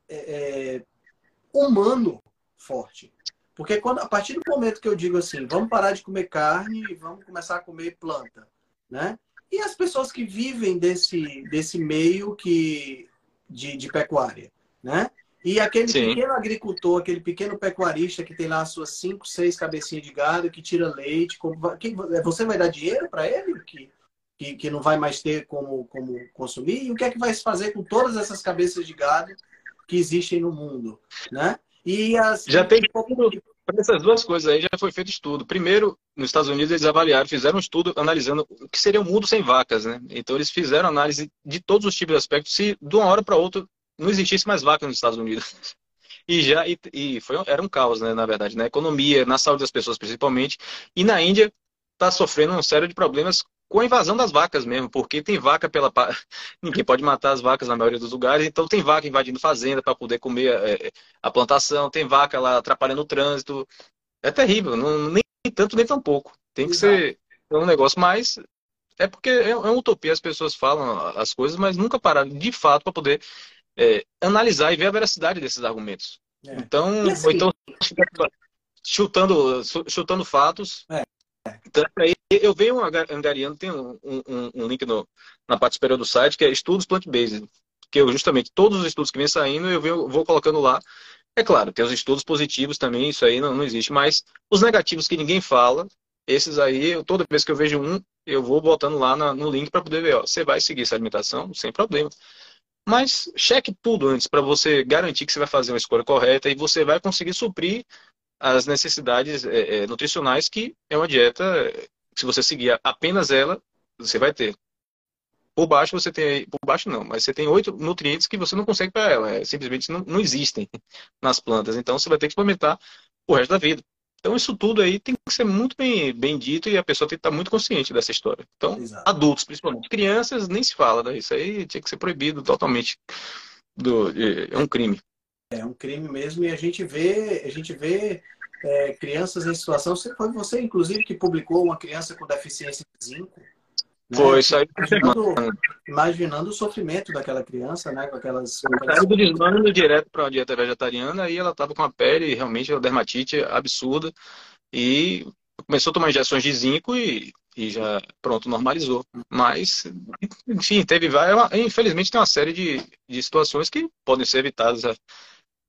é, é, humano forte. Porque quando, a partir do momento que eu digo assim, vamos parar de comer carne e vamos começar a comer planta, né? E as pessoas que vivem desse, desse meio que, de, de pecuária, né? E aquele Sim. pequeno agricultor, aquele pequeno pecuarista que tem lá as suas cinco, seis cabecinhas de gado, que tira leite, como, que, você vai dar dinheiro para ele? Que, que, que não vai mais ter como, como consumir? E o que é que vai se fazer com todas essas cabeças de gado que existem no mundo, né? E as Já e, tem e, tudo. Para essas duas coisas aí já foi feito estudo. Primeiro, nos Estados Unidos, eles avaliaram, fizeram um estudo analisando o que seria um mundo sem vacas, né? Então, eles fizeram análise de todos os tipos de aspectos, se de uma hora para outra não existisse mais vacas nos Estados Unidos. E já e, e foi, era um caos, né, na verdade, na economia, na saúde das pessoas principalmente. E na Índia está sofrendo uma série de problemas com a invasão das vacas mesmo, porque tem vaca pela. Ninguém pode matar as vacas na maioria dos lugares, então tem vaca invadindo fazenda para poder comer é, a plantação, tem vaca lá atrapalhando o trânsito. É terrível, não, nem tanto nem tão pouco. Tem que exato, ser um negócio mais. É porque é, é uma utopia, as pessoas falam as coisas, mas nunca pararam de fato para poder é, analisar e ver a veracidade desses argumentos. é. E Então, ou assim, então chutando, chutando fatos. é, Então, aí eu venho angariando, tem um, um, um link no, na parte superior do site, que é estudos plant-based, que eu justamente, todos os estudos que vêm saindo, eu venho, vou colocando lá. É claro, tem os estudos positivos também, isso aí não, não existe, mas os negativos que ninguém fala, esses aí, eu, toda vez que eu vejo um, eu vou botando lá na, no link para poder ver, ó, você vai seguir essa alimentação sem problema. Mas cheque tudo antes para você garantir que você vai fazer uma escolha correta e você vai conseguir suprir as necessidades é, é, nutricionais que é uma dieta, se você seguir apenas ela, você vai ter. Por baixo você tem, por baixo não, mas você tem oito nutrientes que você não consegue para ela, é, simplesmente não, não existem nas plantas. Então você vai ter que suplementar o resto da vida. Então isso tudo aí tem que ser muito bem, bem dito e a pessoa tem que estar muito consciente dessa história. Então, exato. adultos principalmente, crianças nem se fala, né? Isso aí tinha que ser proibido totalmente. Do, é um crime. É um crime mesmo e a gente vê, a gente vê é, crianças em situação. Foi você, inclusive, que publicou uma criança com deficiência de zinco, né? Foi, saiu do Imaginando, desmame. imaginando o sofrimento daquela criança, né? Com aquelas, com aquelas... Saiu do desmame indo direto para uma dieta vegetariana e ela estava com a pele, realmente, uma dermatite absurda. E começou a tomar injeções de zinco e, e já, pronto, normalizou. Mas, enfim, teve várias. Infelizmente, tem uma série de, de situações que podem ser evitadas.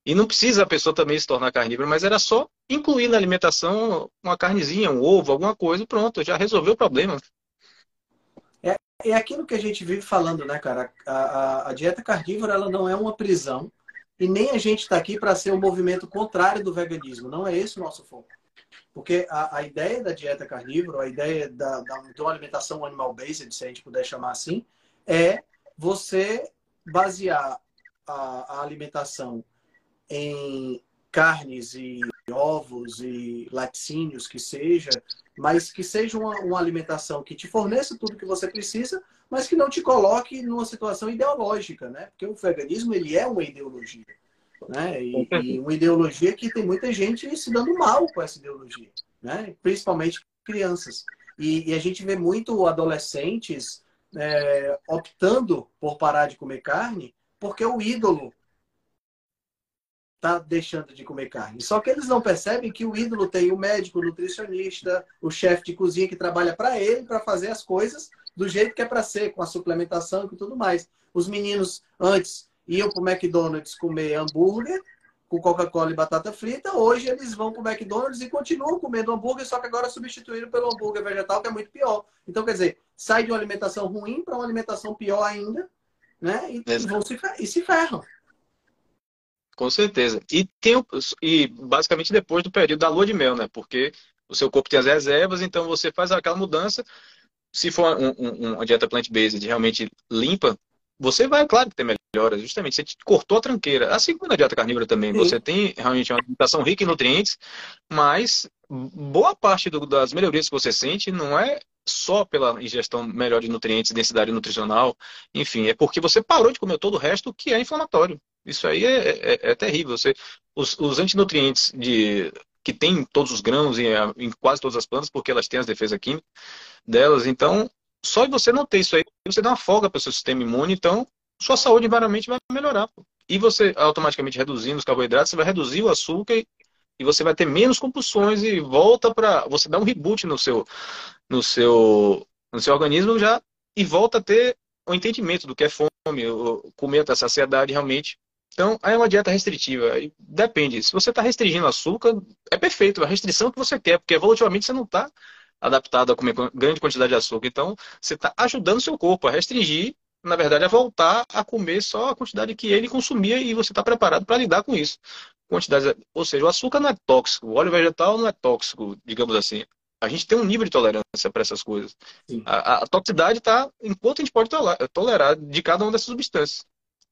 E não precisa a pessoa também se tornar carnívora, mas era só incluir na alimentação uma carnezinha, um ovo, alguma coisa, e pronto, já resolveu o problema. É, é aquilo que a gente vive falando, né, cara? A, a, a dieta carnívora, ela não é uma prisão e nem a gente está aqui para ser um movimento contrário do veganismo. Não é esse o nosso foco. Porque a, a ideia da dieta carnívora, a ideia da, da, de uma alimentação animal-based, se a gente puder chamar assim, é você basear a, a alimentação em carnes e ovos e laticínios, que seja, mas que seja uma, uma alimentação que te forneça tudo que você precisa, mas que não te coloque numa situação ideológica, né? Porque o veganismo, ele é uma ideologia, né? E, e uma ideologia que tem muita gente se dando mal com essa ideologia, né? Principalmente crianças. E, e a gente vê muito adolescentes é, optando por parar de comer carne porque o ídolo tá deixando de comer carne. Só que eles não percebem que o ídolo tem o médico, o nutricionista, o chefe de cozinha que trabalha para ele, para fazer as coisas do jeito que é para ser, com a suplementação e tudo mais. Os meninos antes iam para o McDonald's comer hambúrguer com Coca-Cola e batata frita. Hoje eles vão para o McDonald's e continuam comendo hambúrguer, só que agora substituíram pelo hambúrguer vegetal, que é muito pior. Então, quer dizer, sai de uma alimentação ruim para uma alimentação pior ainda, né? E, e, vão se, e se ferram. Com certeza. E, tem, o- e basicamente depois do período da lua de mel, né? Porque o seu corpo tem as reservas, então você faz aquela mudança. Se for um- um- uma dieta plant-based realmente limpa, você vai, claro que tem melhoras, justamente, você te cortou a tranqueira. Assim como na dieta carnívora também, Sim. você tem realmente uma alimentação rica em nutrientes, mas boa parte do- das melhorias que você sente não é só pela ingestão melhor de nutrientes, densidade nutricional, enfim, é porque você parou de comer todo o resto que é inflamatório. Isso aí é, é- é terrível. Você, os, os antinutrientes de, que tem em todos os grãos e eh, em quase todas as plantas, porque elas têm as defesas químicas delas. Então, só de você não ter isso aí, você dá uma folga para o seu sistema imune, então sua saúde environmentalmente vai melhorar. Pô. E você, automaticamente reduzindo os carboidratos, você vai reduzir o açúcar e, e você vai ter menos compulsões e volta para você dar um reboot no seu, no seu, no seu organismo já e volta a ter o entendimento do que é fome, o- comer até a saciedade realmente. Então, aí é uma dieta restritiva. Aí depende. Se você está restringindo açúcar, é perfeito. É a restrição que você quer, porque evolutivamente você não está adaptado a comer grande quantidade de açúcar. Então, você está ajudando o seu corpo a restringir, na verdade, a voltar a comer só a quantidade que ele consumia e você está preparado para lidar com isso. Quantidades, ou seja, o açúcar não é tóxico, o óleo vegetal não é tóxico, digamos assim. A gente tem um nível de tolerância para essas coisas. Sim. A, a, a toxicidade está enquanto a gente pode tolerar, tolerar de cada uma dessas substâncias.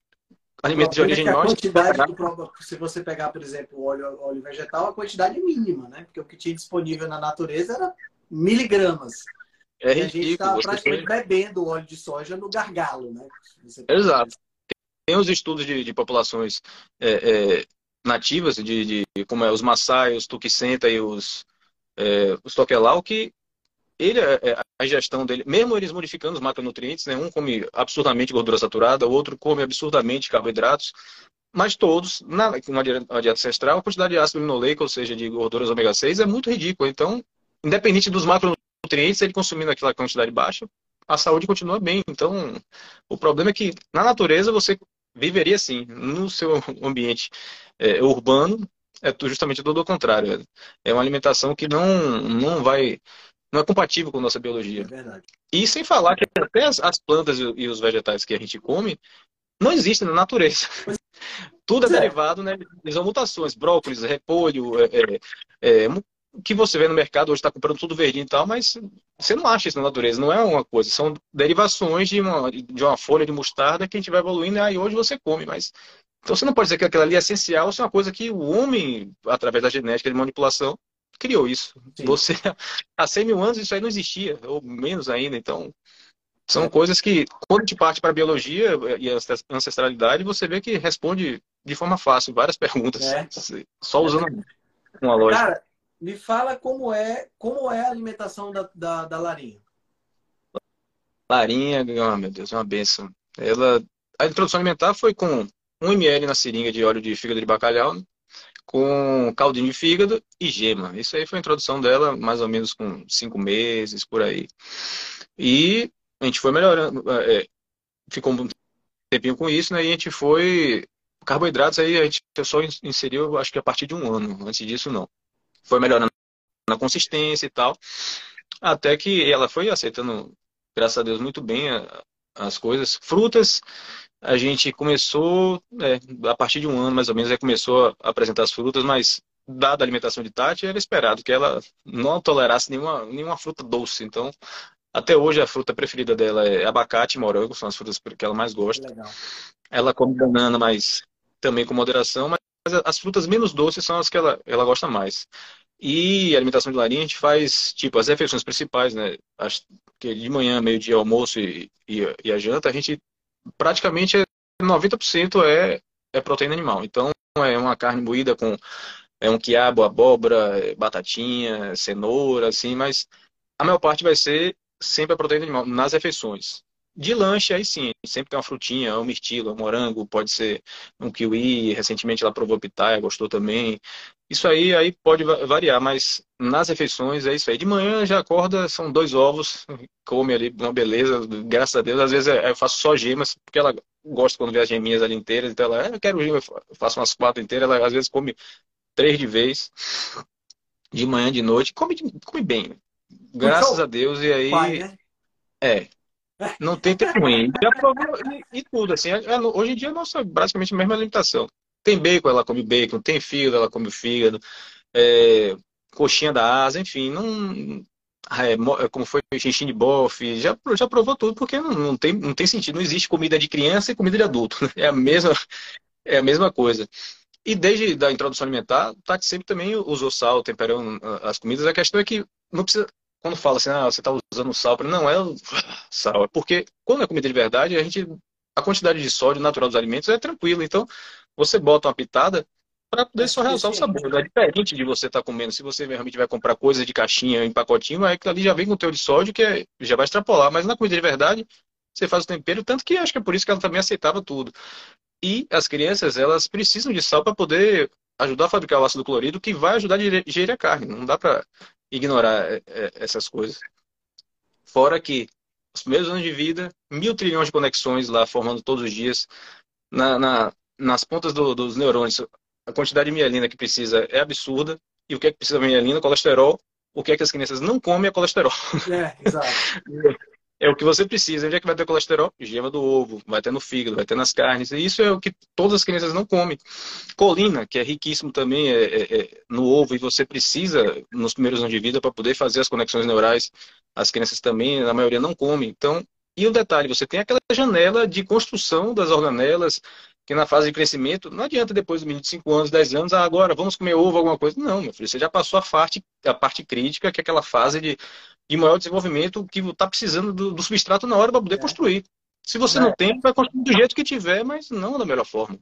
O Alimentos de problema é origem que a animal, a gente tem que quantidade tolerar. do pro- se você pegar, por exemplo, o óleo, óleo vegetal, a quantidade é mínima, né? Porque o que tinha disponível na natureza era miligramas. É E a gente ridículo. está Você praticamente tem... bebendo o óleo de soja no gargalo, né? Se você pegar. Exato. Tem os estudos de, de populações é, é, nativas, de, de, como é, os Maasai, os Tuquicenta e os, é, os Tokelau, que ele, é, é, a ingestão dele, mesmo eles modificando os macronutrientes, né, um come absurdamente gordura saturada, o outro come absurdamente carboidratos, mas todos, na uma dieta, uma dieta ancestral, a quantidade de ácido linoleico, ou seja, de gorduras ômega seis, é muito ridícula. Então, independente dos macronutrientes, ele consumindo aquela quantidade baixa, a saúde continua bem. Então, o problema é que na natureza você viveria assim, no seu ambiente é, urbano, é tu- justamente tudo ao contrário. É uma alimentação que não, não vai, não é compatível com a nossa É biologia. verdade. E sem falar que até as, as plantas e os vegetais que a gente come não existem na natureza. Tudo é Pois é. derivado, né? São mutações, brócolis, repolho, é, é, é, o que você vê no mercado hoje está comprando tudo verdinho e tal, mas você não acha isso na natureza, não é uma coisa, são derivações de uma, de uma folha de mostarda que a gente vai evoluindo e aí hoje você come, mas então você não pode dizer que aquilo ali é essencial, isso é uma coisa que o homem, através da genética de manipulação, criou isso. Sim. Você, há cem mil anos isso aí não existia, ou menos ainda, então são É. coisas que, quando a gente parte para a biologia e a ancestralidade, você vê que responde de forma fácil várias perguntas, É. só É usando verdade. uma lógica. Cara, me fala como é, como é a alimentação da, da, da Larinha. Larinha, oh, meu Deus, é uma benção. Ela, a introdução alimentar foi com um mililitro na seringa de óleo de fígado de bacalhau, né, com caldinho de fígado e gema. Isso aí foi a introdução dela, mais ou menos com cinco meses, por aí. E a gente foi melhorando, é, ficou um tempinho com isso, né? E a gente foi Carboidratos aí a gente só inseriu, acho que a partir de um ano. Antes disso, não. Foi melhorando na consistência e tal. Até que ela foi aceitando, graças a Deus, muito bem a- as coisas. Frutas, a gente começou, é, a partir de um ano mais ou menos, aí começou a apresentar as frutas, mas dada a alimentação de Tati, era esperado que ela não tolerasse nenhuma, nenhuma fruta doce. Então, até hoje a fruta preferida dela é abacate e morango, são as frutas que ela mais Que gosta. legal. Ela come banana, mas também com moderação, mas as frutas menos doces são as que ela, ela gosta mais. E a alimentação de Larinha a gente faz, tipo, as refeições principais, né? Acho que de manhã, meio-dia, almoço e, e, e a janta, a gente praticamente é noventa por cento é, é proteína animal. Então, é uma carne moída com é um quiabo, abóbora, é batatinha, cenoura, assim, mas a maior parte vai ser sempre a proteína animal nas refeições. De lanche, aí sim, sempre tem uma frutinha, um mirtilo, um morango, pode ser um kiwi. Recentemente ela provou pitaia, gostou também. Isso aí, aí pode va- variar, mas nas refeições é isso aí. De manhã já acorda, são dois ovos, come ali, uma beleza, graças a Deus. Às vezes é- eu faço só gemas, porque ela gosta quando vê as geminhas ali inteiras, então ela, "Ah, eu quero gema", eu faço umas quatro inteiras, ela às vezes come três de vez, de manhã, de noite, come, de- come bem, Porque graças o a Deus, e pai, aí. né? É, não tem tempo ruim. Já provou e, e tudo, assim. É- é- hoje em dia, nossa, basicamente a mesma alimentação. Tem bacon, ela come bacon. Tem fígado, ela come o fígado. É, coxinha da asa, enfim. Não, é, mo- é, como foi xixi de bofe. Já, já provou tudo, porque não, não tem, não tem sentido. Não existe comida de criança e comida de adulto, né? É a mesma, é a mesma coisa. E desde a introdução alimentar, o Tati sempre também usou sal, temperando ah, as comidas. A questão é que não precisa, quando fala assim, ah, você está usando sal, não é o sal, é porque quando é comida de verdade, a gente, a quantidade de sódio natural dos alimentos é tranquila. Então, você bota uma pitada para É poder só realçar o suficiente, sabor. É né? diferente de você estar comendo. Se você realmente vai comprar coisa de caixinha em pacotinho, aí aquilo ali já vem com teor de sódio que é- já vai extrapolar. Mas na comida de verdade, você faz o tempero, tanto que acho que é por isso que ela também aceitava tudo. E as crianças, elas precisam de sal para poder ajudar a fabricar o ácido clorídrico que vai ajudar a digerir a carne. Não dá para ignorar é, é, essas coisas. Fora que os primeiros anos de vida, mil trilhões de conexões lá formando todos os dias, na, na- nas pontas do- dos neurônios, a quantidade de mielina que precisa é absurda. E o que é que precisa de mielina? Colesterol. O que é que as crianças não comem é colesterol. É, exato. É o que você precisa. Onde é que vai ter colesterol? Gema do ovo, vai ter no fígado, vai ter nas carnes. E isso é o que todas as crianças não comem. Colina, que é riquíssimo também é, é, é, no ovo, e você precisa, nos primeiros anos de vida, para poder fazer as conexões neurais. As crianças também, na maioria, não comem. Então, e o detalhe, você tem aquela janela de construção das organelas, que na fase de crescimento, não adianta depois do menino de cinco anos, dez anos, ah, agora vamos comer ovo, alguma coisa. Não, meu filho, você já passou a parte, a parte crítica, que é aquela fase de de maior desenvolvimento que está precisando do, do substrato na hora para poder É. construir. Se você não Velho, tem, vai construir do jeito que tiver, mas não da melhor forma.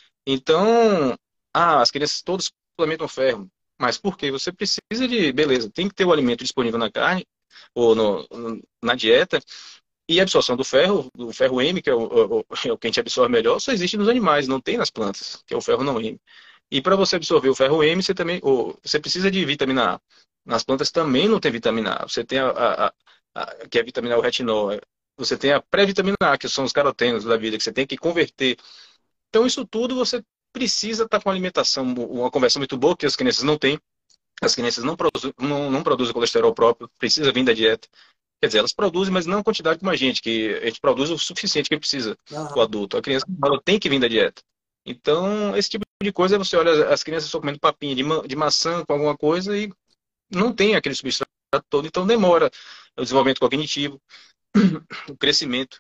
Então, ah, as crianças todas suplementam ferro. Mas por quê? Você precisa de, beleza, tem que ter o alimento disponível na carne ou no, na dieta, e a absorção do ferro, do ferro M, que é o, o, é o que a gente absorve melhor, só existe nos animais, não tem nas plantas, que é o ferro não M. E para você absorver o ferro M, você também, ou, você precisa de vitamina A. Nas plantas também não tem vitamina A. Você tem a, a, a, a que é a vitamina A, o retinol. Você tem a pré-vitamina A, que são os carotenos da vida, que você tem que converter. Então, isso tudo você precisa estar com uma alimentação, uma conversão muito boa, que as crianças não têm. As crianças não, produzem, não, não produzem colesterol próprio, precisa vir da dieta. Quer dizer, elas produzem, mas não a quantidade como a gente, que a gente produz o suficiente que precisa, o aham. adulto. A criança ela tem que vir da dieta. Então, esse tipo de coisa, você olha, as crianças estão comendo papinha de, ma de maçã com alguma coisa e não tem aquele substrato todo, então demora o desenvolvimento cognitivo, o crescimento.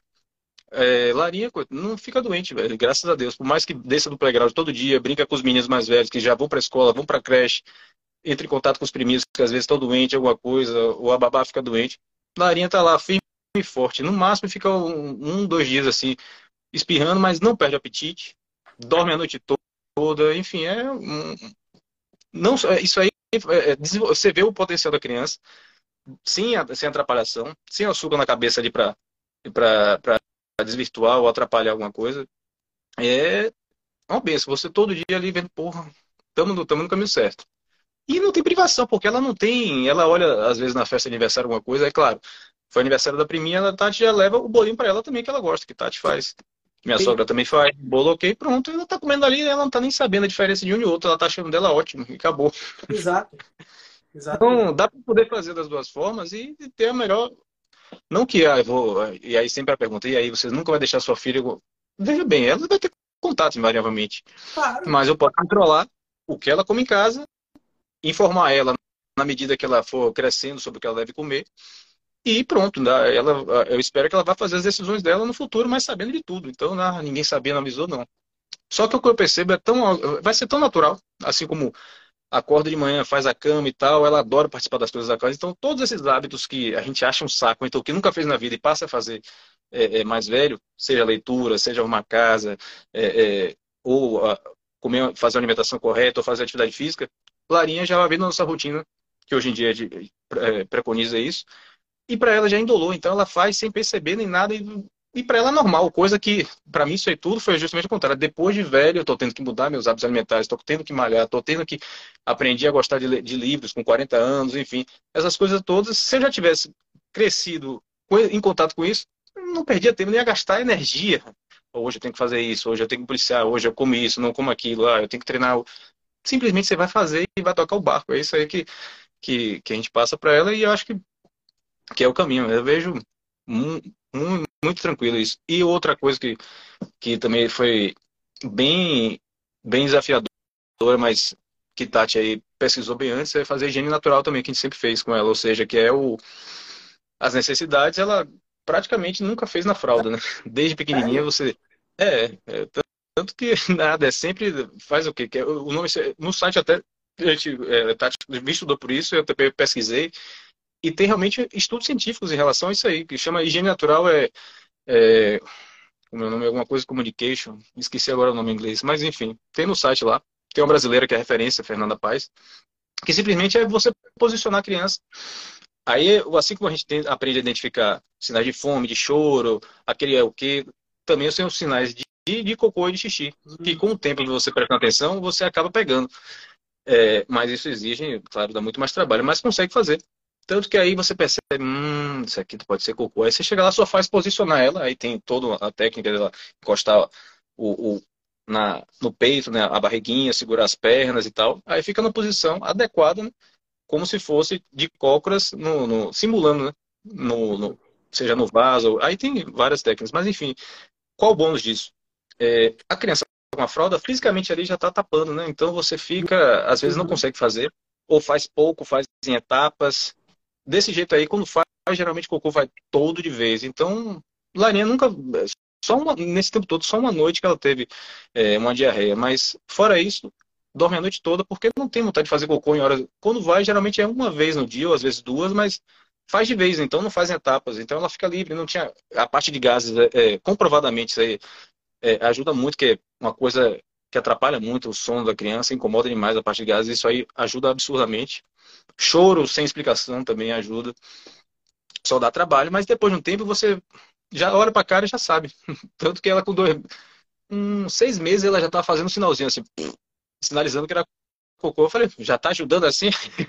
É, Larinha, não fica doente, velho, graças a Deus. Por mais que desça do playground todo dia, brinca com os meninos mais velhos que já vão para a escola, vão para a creche, entra em contato com os priminhos que às vezes estão doentes, alguma coisa, ou a babá fica doente. Larinha tá lá firme e forte. No máximo fica um, um, dois dias assim, espirrando, mas não perde o apetite, dorme a noite toda, enfim, é um, não, isso aí é, é, você vê o potencial da criança, sem, a, sem atrapalhação, sem açúcar na cabeça ali para desvirtuar ou atrapalhar alguma coisa. É uma benção. Você todo dia ali vendo, porra, estamos no, tamo no caminho certo. E não tem privação, porque ela não tem. Ela olha, às vezes, na festa de aniversário, alguma coisa, é claro. Foi aniversário da priminha, a Tati já leva o bolinho para ela também, que ela gosta, que Tati faz. Minha Tem- sogra também faz bolo, ok, pronto. Ela tá comendo ali, ela não tá nem sabendo a diferença de um e outro. Ela tá achando dela ótimo e acabou. Exato, exatamente. Então, dá para poder fazer das duas formas e ter a melhor. Não que ah, eu vou. E aí sempre a pergunta, e aí vocês nunca vai deixar sua filha. Veja bem, ela vai ter contato invariavelmente. Claro. Mas eu posso controlar o que ela come em casa, informar ela na medida que ela for crescendo sobre o que ela deve comer. E pronto, né? Ela, eu espero que ela vá fazer as decisões dela no futuro, mas sabendo de tudo. Então, ah, ninguém sabia, não avisou, não. Só que o que eu percebo é tão. Vai ser tão natural, assim como acorda de manhã, faz a cama e tal, ela adora participar das coisas da casa. Então, todos esses hábitos que a gente acha um saco, então que nunca fez na vida e passa a fazer é, é, mais velho, seja leitura, seja arrumar casa, é, é, ou a, comer, fazer a alimentação correta, ou fazer atividade física, Clarinha já vai vendo a nossa rotina, que hoje em dia é de, é, preconiza isso, e para ela já indolou, então ela faz sem perceber nem nada, e, e para ela é normal, coisa que, para mim, isso aí tudo foi justamente o contrário. Depois de velho, eu tô tendo que mudar meus hábitos alimentares, tô tendo que malhar, tô tendo que aprender a gostar de, de livros com quarenta anos, enfim, essas coisas todas. Se eu já tivesse crescido em contato com isso, não perdia tempo nem ia gastar energia. Hoje eu tenho que fazer isso, hoje eu tenho que policiar, hoje eu como isso, não como aquilo, ah, eu tenho que treinar. Simplesmente você vai fazer e vai tocar o barco. É isso aí que, que, que a gente passa para ela e eu acho que que é o caminho. Eu vejo mu- mu- muito, tranquilo isso. E outra coisa que, que também foi bem, bem desafiadora, mas que Tati aí pesquisou bem antes, é fazer higiene natural também, que a gente sempre fez com ela. Ou seja, que é o, as necessidades, ela praticamente nunca fez na fralda, né? Desde pequenininha Sério? você... É, é tanto que nada, é sempre faz o quê? Que é- o nome, no site até, a gente, é, Tati me estudou por isso, eu também pesquisei, e tem realmente estudos científicos em relação a isso aí, que chama higiene natural, é, é o meu nome é alguma coisa communication, esqueci agora o nome em inglês, mas enfim, tem no site lá, tem uma brasileira que é referência, Fernanda Paz, que simplesmente é você posicionar a criança. Aí, assim como a gente tem, aprende a identificar sinais de fome, de choro, aquele é o que, também são os sinais de, de, de cocô e de xixi, que Hum, com o tempo de você prestando atenção, você acaba pegando. É, mas isso exige, claro, dá muito mais trabalho, mas consegue fazer. Tanto que aí você percebe, hum, isso aqui pode ser cocô. Aí você chega lá, só faz posicionar ela, aí tem toda a técnica dela encostar o, o, na, no peito, né, a barriguinha, segurar as pernas e tal. Aí fica na posição adequada, né, como se fosse de cócoras, no, no- simulando, né, no, no- seja no vaso. Aí tem várias técnicas, mas enfim, qual o bônus disso? É, a criança com a fralda, fisicamente ali já está tapando, né? Então você fica, às vezes não uhum. consegue fazer, ou faz pouco, faz em etapas. Desse jeito aí, quando faz, geralmente o cocô vai todo de vez. Então, Larinha nunca, só uma, nesse tempo todo, só uma noite que ela teve é, uma diarreia. Mas, fora isso, dorme a noite toda porque não tem vontade de fazer cocô em horas. Quando vai, geralmente é uma vez no dia, ou às vezes duas, mas faz de vez, então não faz em etapas. Então ela fica livre, não tinha. A parte de gases, é, é, comprovadamente, isso aí é, ajuda muito, que é uma coisa que atrapalha muito o sono da criança, incomoda demais a parte de gases, isso aí ajuda absurdamente. Choro sem explicação também ajuda. Só dá trabalho, mas depois de um tempo você já olha pra cara e já sabe. Tanto que ela com dois, um, seis meses ela já tá fazendo um sinalzinho assim, sinalizando que era cocô. Eu falei, já tá ajudando assim?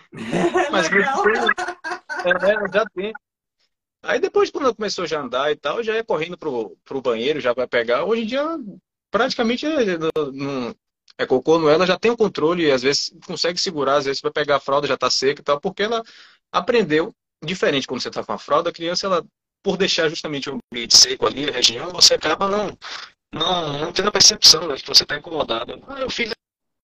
Mas Legal. é, já tem. Aí depois, quando ela começou já a andar e tal, já ia correndo pro, pro banheiro, já vai pegar. Hoje em dia, praticamente, é, não, não- é cocô, não, ela já tem o controle, às vezes consegue segurar, às vezes vai pegar a fralda, já tá seca e tal, porque ela aprendeu, diferente quando você tá com a fralda, a criança, ela, por deixar justamente o ambiente seco ali, a região, você acaba não, não, não tendo a percepção, né, que você tá incomodado. Ah, eu fiz.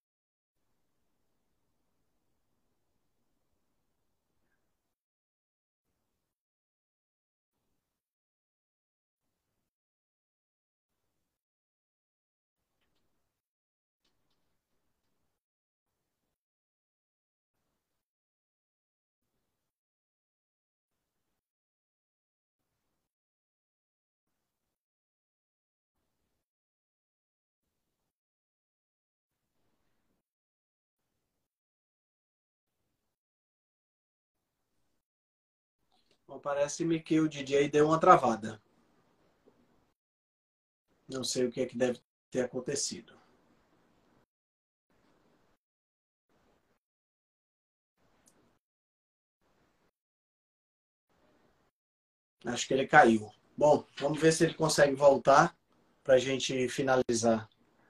Bom, parece-me que o D J deu uma travada. Não sei o que é que deve ter acontecido. Acho que ele caiu. Bom, vamos ver se ele consegue voltar para a gente finalizar.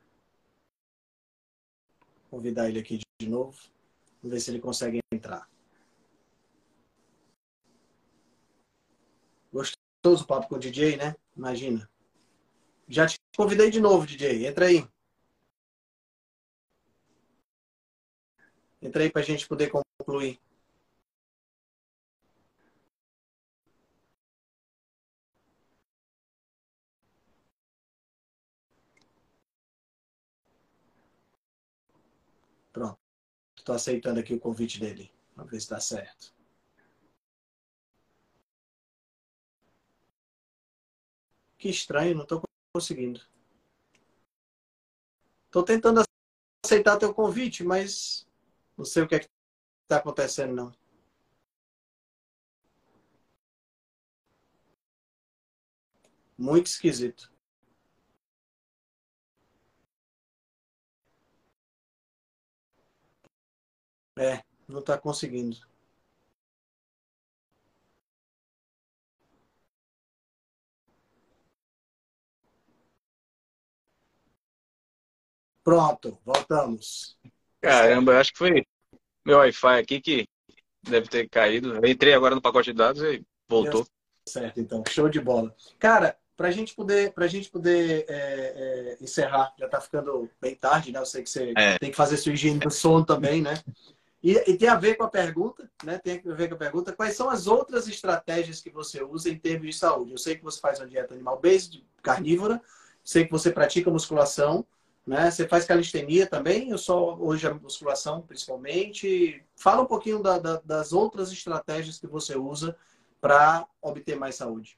Vou convidar ele aqui de novo. Vamos ver se ele consegue entrar. Gostoso o papo com o D J, né? Imagina. Já te convidei de novo, D J. Entra aí. Entra aí para a gente poder concluir. Pronto. Estou aceitando aqui o convite dele. Vamos ver se dá certo. Que estranho, não estou conseguindo. Estou tentando aceitar teu convite, mas não sei o que é que está acontecendo, não. Muito esquisito. É, não está conseguindo. Pronto, voltamos. Caramba, eu acho que foi meu Wi-Fi aqui que deve ter caído. Eu entrei agora no pacote de dados e voltou. Deu certo, então. Show de bola. Cara, para a gente poder, pra gente poder é, é, encerrar, já está ficando bem tarde, né? Eu sei que você É. tem que fazer sua higiene do sono também, né? E, e tem a ver com a pergunta, né? Tem a ver com a pergunta, quais são as outras estratégias que você usa em termos de saúde? Eu sei que você faz uma dieta animal-based, carnívora, sei que você pratica musculação, né? Você faz calistenia também, ou só hoje a musculação principalmente? Fala um pouquinho da, da, das outras estratégias que você usa para obter mais saúde.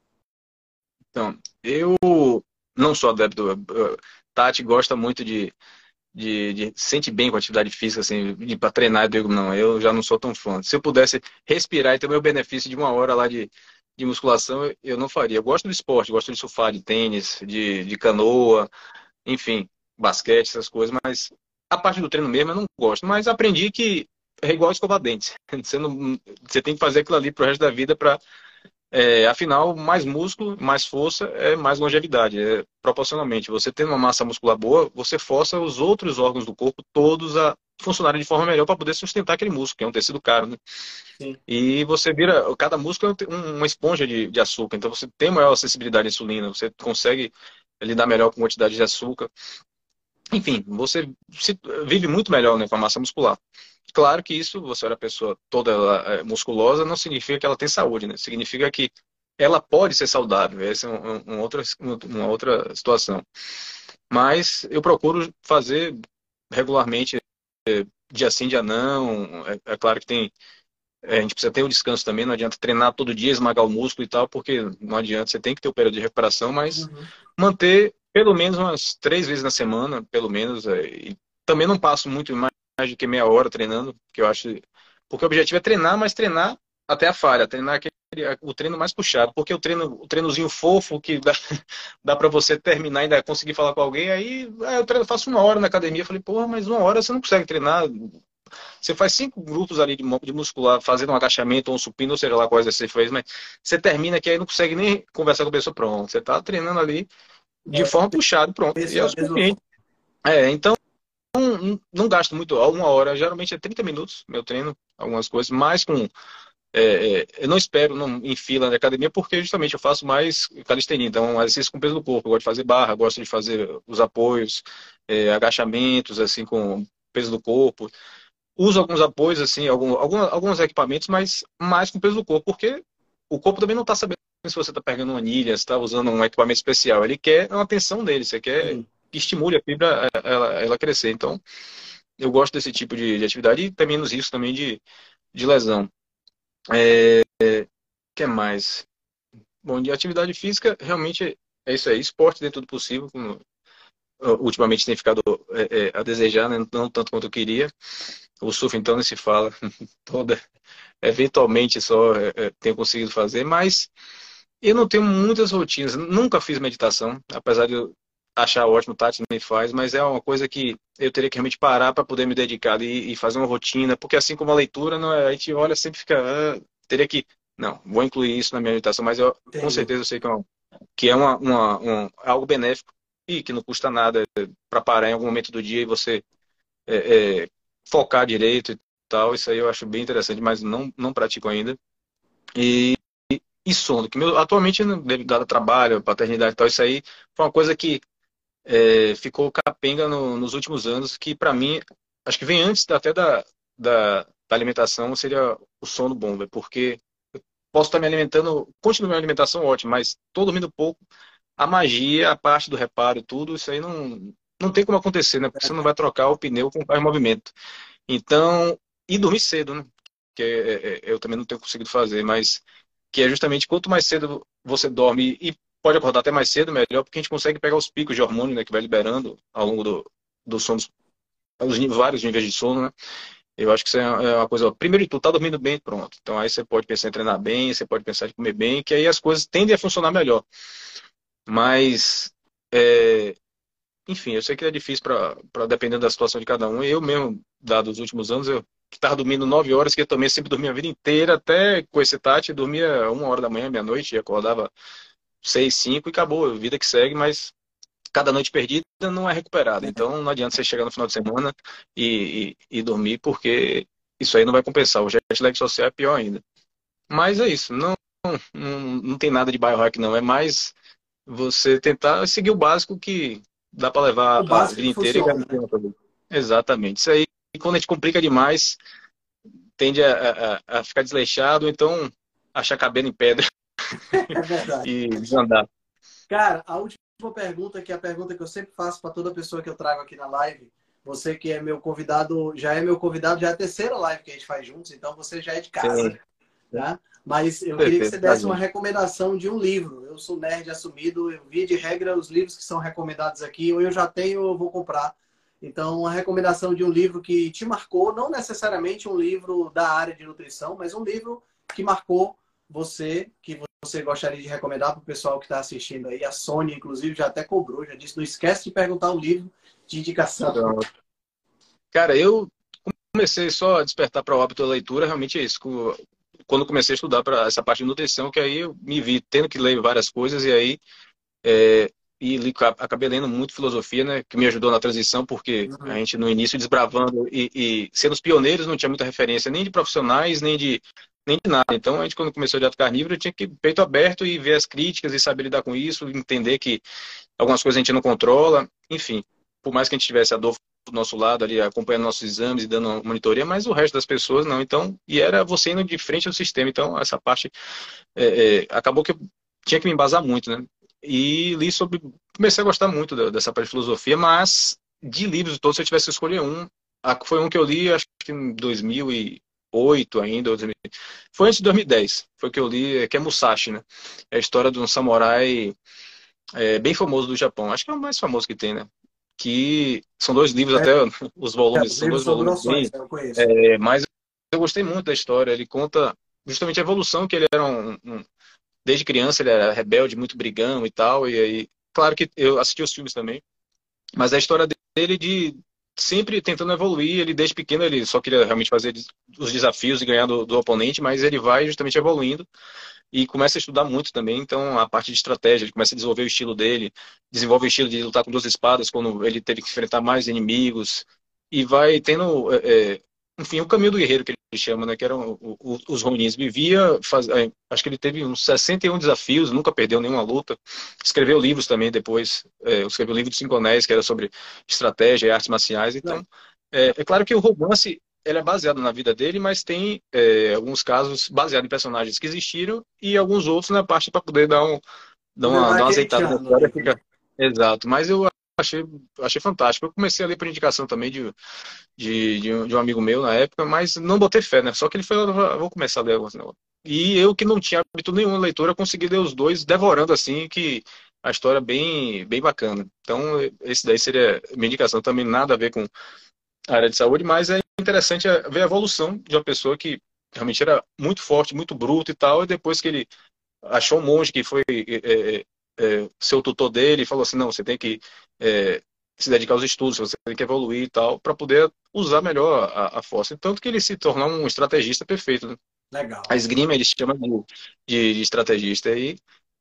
Então, eu não sou adepto. Tati gosta muito de, de, de se sente bem com a atividade física, assim, para treinar, eu digo, não, eu já não sou tão fã. Se eu pudesse respirar e ter o meu benefício de uma hora lá de, de musculação, eu não faria. Eu gosto do esporte, gosto de surfar, de tênis, de, de canoa, enfim, basquete, essas coisas, mas a parte do treino mesmo eu não gosto. Mas aprendi que é igual escovar dentes. Você, não, você tem que fazer aquilo ali pro resto da vida para É, afinal, mais músculo, mais força é mais longevidade, é, proporcionalmente. Você tendo uma massa muscular boa, você força os outros órgãos do corpo todos a funcionarem de forma melhor para poder sustentar aquele músculo, que é um tecido caro, né? Sim. E você vira, cada músculo é um- uma esponja de, de açúcar, então você tem maior acessibilidade à insulina, você consegue lidar melhor com a quantidade de açúcar. Enfim, você se- vive muito melhor, né, com a massa muscular. Claro que isso, você olha a pessoa toda é, musculosa, não significa que ela tem saúde, né? Significa que ela pode ser saudável. Essa é um, um, um outra, uma outra situação. Mas eu procuro fazer regularmente, dia sim, dia não. É, é claro que tem, é, a gente precisa ter o descanso também. Não adianta treinar todo dia, esmagar o músculo e tal, porque não adianta. Você tem que ter o período de recuperação, mas Uhum. manter pelo menos umas três vezes na semana, pelo menos. É, e também não passo muito mais mais do que meia hora treinando, que eu acho. Porque o objetivo é treinar, mas treinar até a falha, treinar aquele, o treino mais puxado. Porque o treino, o treinozinho fofo que dá, dá para você terminar e ainda conseguir falar com alguém, aí ah, eu treino, faço uma hora na academia. Eu falei, porra, mas uma hora você não consegue treinar. Você faz cinco grupos ali de, de muscular, fazendo um agachamento ou um supino, ou seja lá quais você fez, mas você termina que aí não consegue nem conversar com a pessoa, pronto. Você está treinando ali de forma puxada, pronto. E é o Mesma, mesma suficiente. É, então não, não gasto muito, uma hora, geralmente é trinta minutos meu treino, algumas coisas, mais com. É, é, eu não espero não, em fila na academia, porque justamente eu faço mais calistenia, então exercício com peso do corpo. Eu gosto de fazer barra, gosto de fazer os apoios, é, agachamentos, assim, com peso do corpo. Uso alguns apoios, assim, algum, algum, alguns equipamentos, mas mais com peso do corpo, porque o corpo também não está sabendo se você está pegando uma anilha, se está usando um equipamento especial. Ele quer uma atenção dele, você quer Sim. que estimule a fibra a- ela, ela crescer. Então, eu gosto desse tipo de, de atividade e tem menos risco também de, de lesão. É, o que mais? Bom, de atividade física, realmente é isso aí. Esporte dentro do possível, como uh, ultimamente tem ficado é, é, a desejar, né? Não tanto quanto eu queria. O surf, então, nem se fala. Toda, eventualmente só é, é, tenho conseguido fazer, mas eu não tenho muitas rotinas. Nunca fiz meditação, apesar de eu achar ótimo, o Tati também faz, mas é uma coisa que eu teria que realmente parar para poder me dedicar ali e fazer uma rotina, porque assim como a leitura, não é, a gente olha sempre fica, ah, teria que, não, vou incluir isso na minha meditação, mas eu com Entendo. certeza eu sei que é uma, que é uma, uma, um, algo benéfico e que não custa nada para parar em algum momento do dia e você é, é, focar direito e tal. Isso aí eu acho bem interessante, mas não, não pratico ainda. E, e sono, que meu, atualmente, né, devido ao trabalho, paternidade e tal, isso aí foi uma coisa que é, ficou capenga no, nos últimos anos, que para mim, acho que vem antes até da, da, da alimentação, seria o sono bom, véio, porque posso estar me alimentando, continuo minha alimentação ótima, mas tô dormindo pouco, a magia, a parte do reparo, tudo, isso aí não, não tem como acontecer, né? Porque você não vai trocar o pneu com o carro em movimento. Então, e dormir cedo, né? Que é, é, eu também não tenho conseguido fazer, mas que é justamente quanto mais cedo você dorme e pode acordar até mais cedo, melhor, porque a gente consegue pegar os picos de hormônio, né, que vai liberando ao longo do, do sono, os vários níveis de sono, né? Eu acho que isso é é uma coisa. Primeiro de tudo, tá dormindo bem, pronto. Então aí você pode pensar em treinar bem, você pode pensar em comer bem, que aí as coisas tendem a funcionar melhor. Mas, é, enfim, eu sei que é difícil para dependendo da situação de cada um. Eu mesmo, dados os últimos anos, eu estava dormindo nove horas, que eu também sempre dormia a vida inteira, até com esse Tati, dormia uma hora da manhã, meia-noite, e acordava seis, cinco e acabou, vida que segue, mas cada noite perdida não é recuperada. Então não adianta você chegar no final de semana e, e, e dormir, porque isso aí não vai compensar. O jet lag social é pior ainda. Mas é isso, não, não, não tem nada de biohack, não. É mais você tentar seguir o básico que dá para O levar a básico vida que inteira e funciona, garantir né? uma coisa. Exatamente. Isso aí, quando a gente complica demais, tende a, a, a ficar desleixado, ou então achar cabelo em pedra É verdade. e desandar. Cara, a última pergunta, que é a pergunta que eu sempre faço para toda pessoa que eu trago aqui na live. Você que é meu convidado, já é meu convidado, já é a terceira live que a gente faz juntos, então você já é de casa, Sim, tá? Mas eu queria que perfeito, você tá, desse uma gente. recomendação de um livro. Eu sou nerd assumido, eu vi de regra os livros que são recomendados aqui, ou eu já tenho ou eu vou comprar. Então, uma recomendação de um livro que te marcou, não necessariamente um livro da área de nutrição, mas um livro que marcou você, que você gostaria de recomendar para o pessoal que está assistindo aí. A Sônia, inclusive, já até cobrou, já disse, não esquece de perguntar um livro de indicação. Então, cara, eu comecei só a despertar para o hábito da leitura, realmente é isso. Quando comecei a estudar para essa parte de nutrição, que aí eu me vi tendo que ler várias coisas, e aí é, e li, acabei lendo muito filosofia, né, que me ajudou na transição, porque a Uhum. gente no início desbravando e, e sendo os pioneiros não tinha muita referência nem de profissionais, nem de, nem de nada. Então a gente, quando começou a dieta carnívora, tinha que ir peito aberto e ver as críticas e saber lidar com isso, entender que algumas coisas a gente não controla, enfim. Por mais que a gente tivesse a dor do nosso lado ali, acompanhando nossos exames e dando uma monitoria, mas o resto das pessoas não. Então, e era você indo de frente ao sistema. Então, essa parte é, é, acabou que eu tinha que me embasar muito, né? E li sobre. Comecei a gostar muito da- dessa parte de filosofia, mas de livros todos, se eu tivesse que escolher um, a- foi um que eu li, acho que em dois mil e oito ainda, dois mil foi antes de dois mil e dez, foi que eu li, que é Musashi, né? É a história de um samurai é, bem famoso do Japão. Acho que é o mais famoso que tem, né? Que são dois livros, É, até os volumes, os são livros dois são volumes grossões, bem. eu conheço. É, mas eu gostei muito da história. Ele conta justamente a evolução, que ele era um, um- desde criança ele era rebelde, muito brigão e tal. E aí, claro que eu assisti os filmes também, mas a história dele de sempre tentando evoluir. Ele desde pequeno ele só queria realmente fazer os desafios e ganhar do, do oponente, mas ele vai justamente evoluindo e começa a estudar muito também, então a parte de estratégia, ele começa a desenvolver o estilo dele, desenvolve o estilo de lutar com duas espadas quando ele teve que enfrentar mais inimigos, e vai tendo, é, é, enfim, o caminho do guerreiro que ele chama, né, que eram o- o- os Ronins. Vivia, faz, é, acho que ele teve uns sessenta e um desafios, nunca perdeu nenhuma luta, escreveu livros também depois, é, escreveu o livro dos Cinco Anéis, que era sobre estratégia e artes marciais, então, é, é claro que o romance ele é baseado na vida dele, mas tem é, alguns casos baseados em personagens que existiram e alguns outros na parte para poder dar, um, dar, Poder uma, dar dar uma aquele azeitada na tchan no história. livro, né? Fica... Exato, mas eu achei, achei fantástico. Eu comecei a ler por indicação também de, de, de, um, de um amigo meu na época, mas não botei fé, né? Só que ele falou, "Eu vou começar a ler alguns negócios." E eu que não tinha hábito nenhum na leitura, consegui ler os dois, devorando assim, que a história é bem, bem bacana. Então, esse daí seria minha indicação também, nada a ver com área de saúde, mas é interessante ver a evolução de uma pessoa que realmente era muito forte, muito bruto e tal, e depois que ele achou um monge que foi é, é, é, seu tutor dele e falou assim, não, você tem que é, se dedicar aos estudos, você tem que evoluir e tal, para poder usar melhor a, a força. Tanto que ele se tornou um estrategista perfeito, né? A Legal. esgrima ele chama de, de, de estrategista. E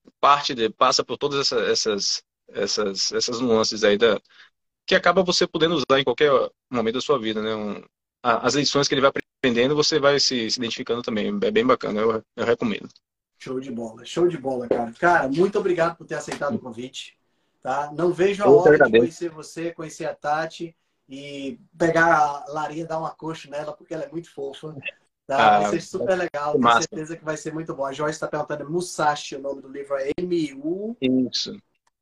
parte de, passa por todas essa, essas, essas, essas nuances aí da, que acaba você podendo usar em qualquer momento da sua vida, né? Um, a, as lições que ele vai aprendendo, você vai se, se identificando também. É bem bacana, eu, eu recomendo. Show de bola, show de bola, cara. Cara, muito obrigado por ter aceitado o convite. Tá? Não vejo a hora de conhecer você, conhecer a Tati e pegar a Larinha, dar uma coxa nela, porque ela é muito fofa. Tá? Vai ser super legal, tenho massa. certeza que vai ser muito bom. A Joyce está perguntando, Musashi, o nome do livro é M U Isso.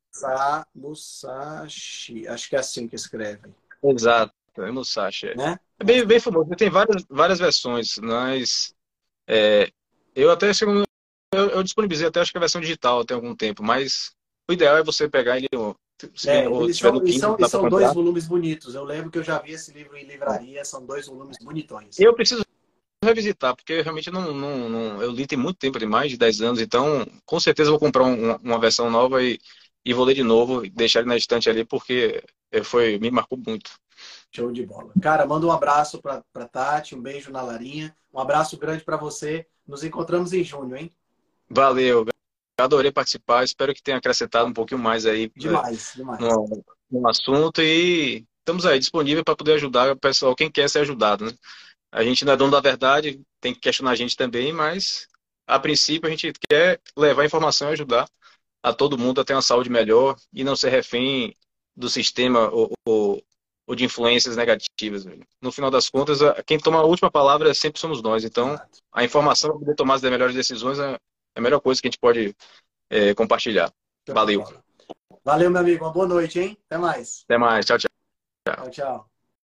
Musashi. Acho que é assim que escreve. Exato, é Musashi. Né? É bem, bem famoso, tem várias, várias versões, mas é, eu até eu, eu disponibilizei até acho que a versão digital até algum tempo, mas o ideal é você pegar ele. Se É, ou eles tiver são, no e Kindle, são, dá e pra são dois comprar. volumes bonitos. Eu lembro que eu já vi esse livro em livraria, são dois volumes bonitões. Eu preciso revisitar, porque eu realmente não, não, não. Eu li tem muito tempo, tem mais de dez anos, então com certeza eu vou comprar um, uma versão nova e, e vou ler de novo e deixar ele na estante ali, porque foi, me marcou muito. Show de bola. Cara, manda um abraço para pra Tati, um beijo na Larinha, um abraço grande para você. Nos encontramos em junho, hein? Valeu, adorei participar, espero que tenha acrescentado um pouquinho mais aí Demais, demais. No, no assunto e estamos aí disponível para poder ajudar o pessoal, quem quer ser ajudado, né? A gente não é dono da verdade, tem que questionar a gente também, mas a princípio a gente quer levar informação e ajudar a todo mundo a ter uma saúde melhor e não ser refém do sistema ou, ou, ou de influências negativas. No final das contas, quem toma a última palavra sempre somos nós. Então, Exato. a informação para poder tomar as melhores decisões é a melhor coisa que a gente pode é, compartilhar. Valeu. Valeu, meu amigo. Uma boa noite, hein? Até mais. Até mais. Tchau, tchau. Tchau, tchau.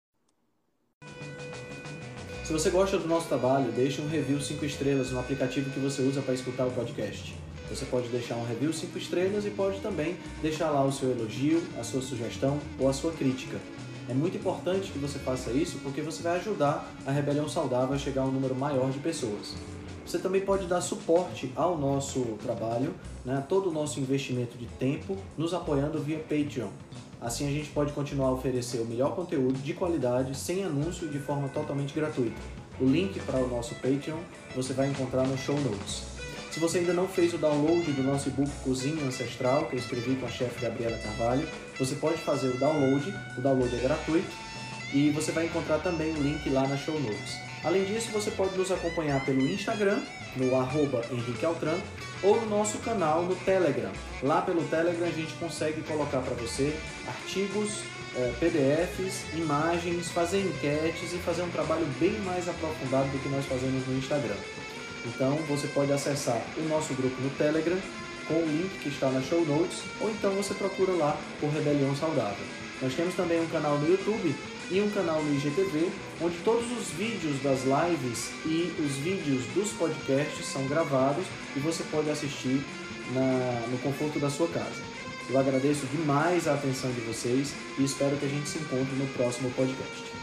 Se você gosta do nosso trabalho, deixe um review cinco estrelas no aplicativo que você usa para escutar o podcast. Você pode deixar um review cinco estrelas e pode também deixar lá o seu elogio, a sua sugestão ou a sua crítica. É muito importante que você faça isso porque você vai ajudar a Rebelião Saudável a chegar a um número maior de pessoas. Você também pode dar suporte ao nosso trabalho, né, a todo o nosso investimento de tempo, nos apoiando via Patreon. Assim a gente pode continuar a oferecer o melhor conteúdo de qualidade, sem anúncio e de forma totalmente gratuita. O link para o nosso Patreon você vai encontrar no show notes. Se você ainda não fez o download do nosso e-book Cozinha Ancestral, que eu escrevi com a chefe Gabriela Carvalho, você pode fazer o download, o download é gratuito, e você vai encontrar também o link lá na show notes. Além disso, você pode nos acompanhar pelo Instagram, no arroba Henrique Altran, ou no nosso canal no Telegram. Lá pelo Telegram a gente consegue colocar para você artigos, eh, P D Fs, imagens, fazer enquetes e fazer um trabalho bem mais aprofundado do que nós fazemos no Instagram. Então você pode acessar o nosso grupo no Telegram com o link que está na show notes, ou então você procura lá por Rebelião Saudável. Nós temos também um canal no YouTube e um canal no I G T V, onde todos os vídeos das lives e os vídeos dos podcasts são gravados e você pode assistir na, no conforto da sua casa. Eu agradeço demais a atenção de vocês e espero que a gente se encontre no próximo podcast.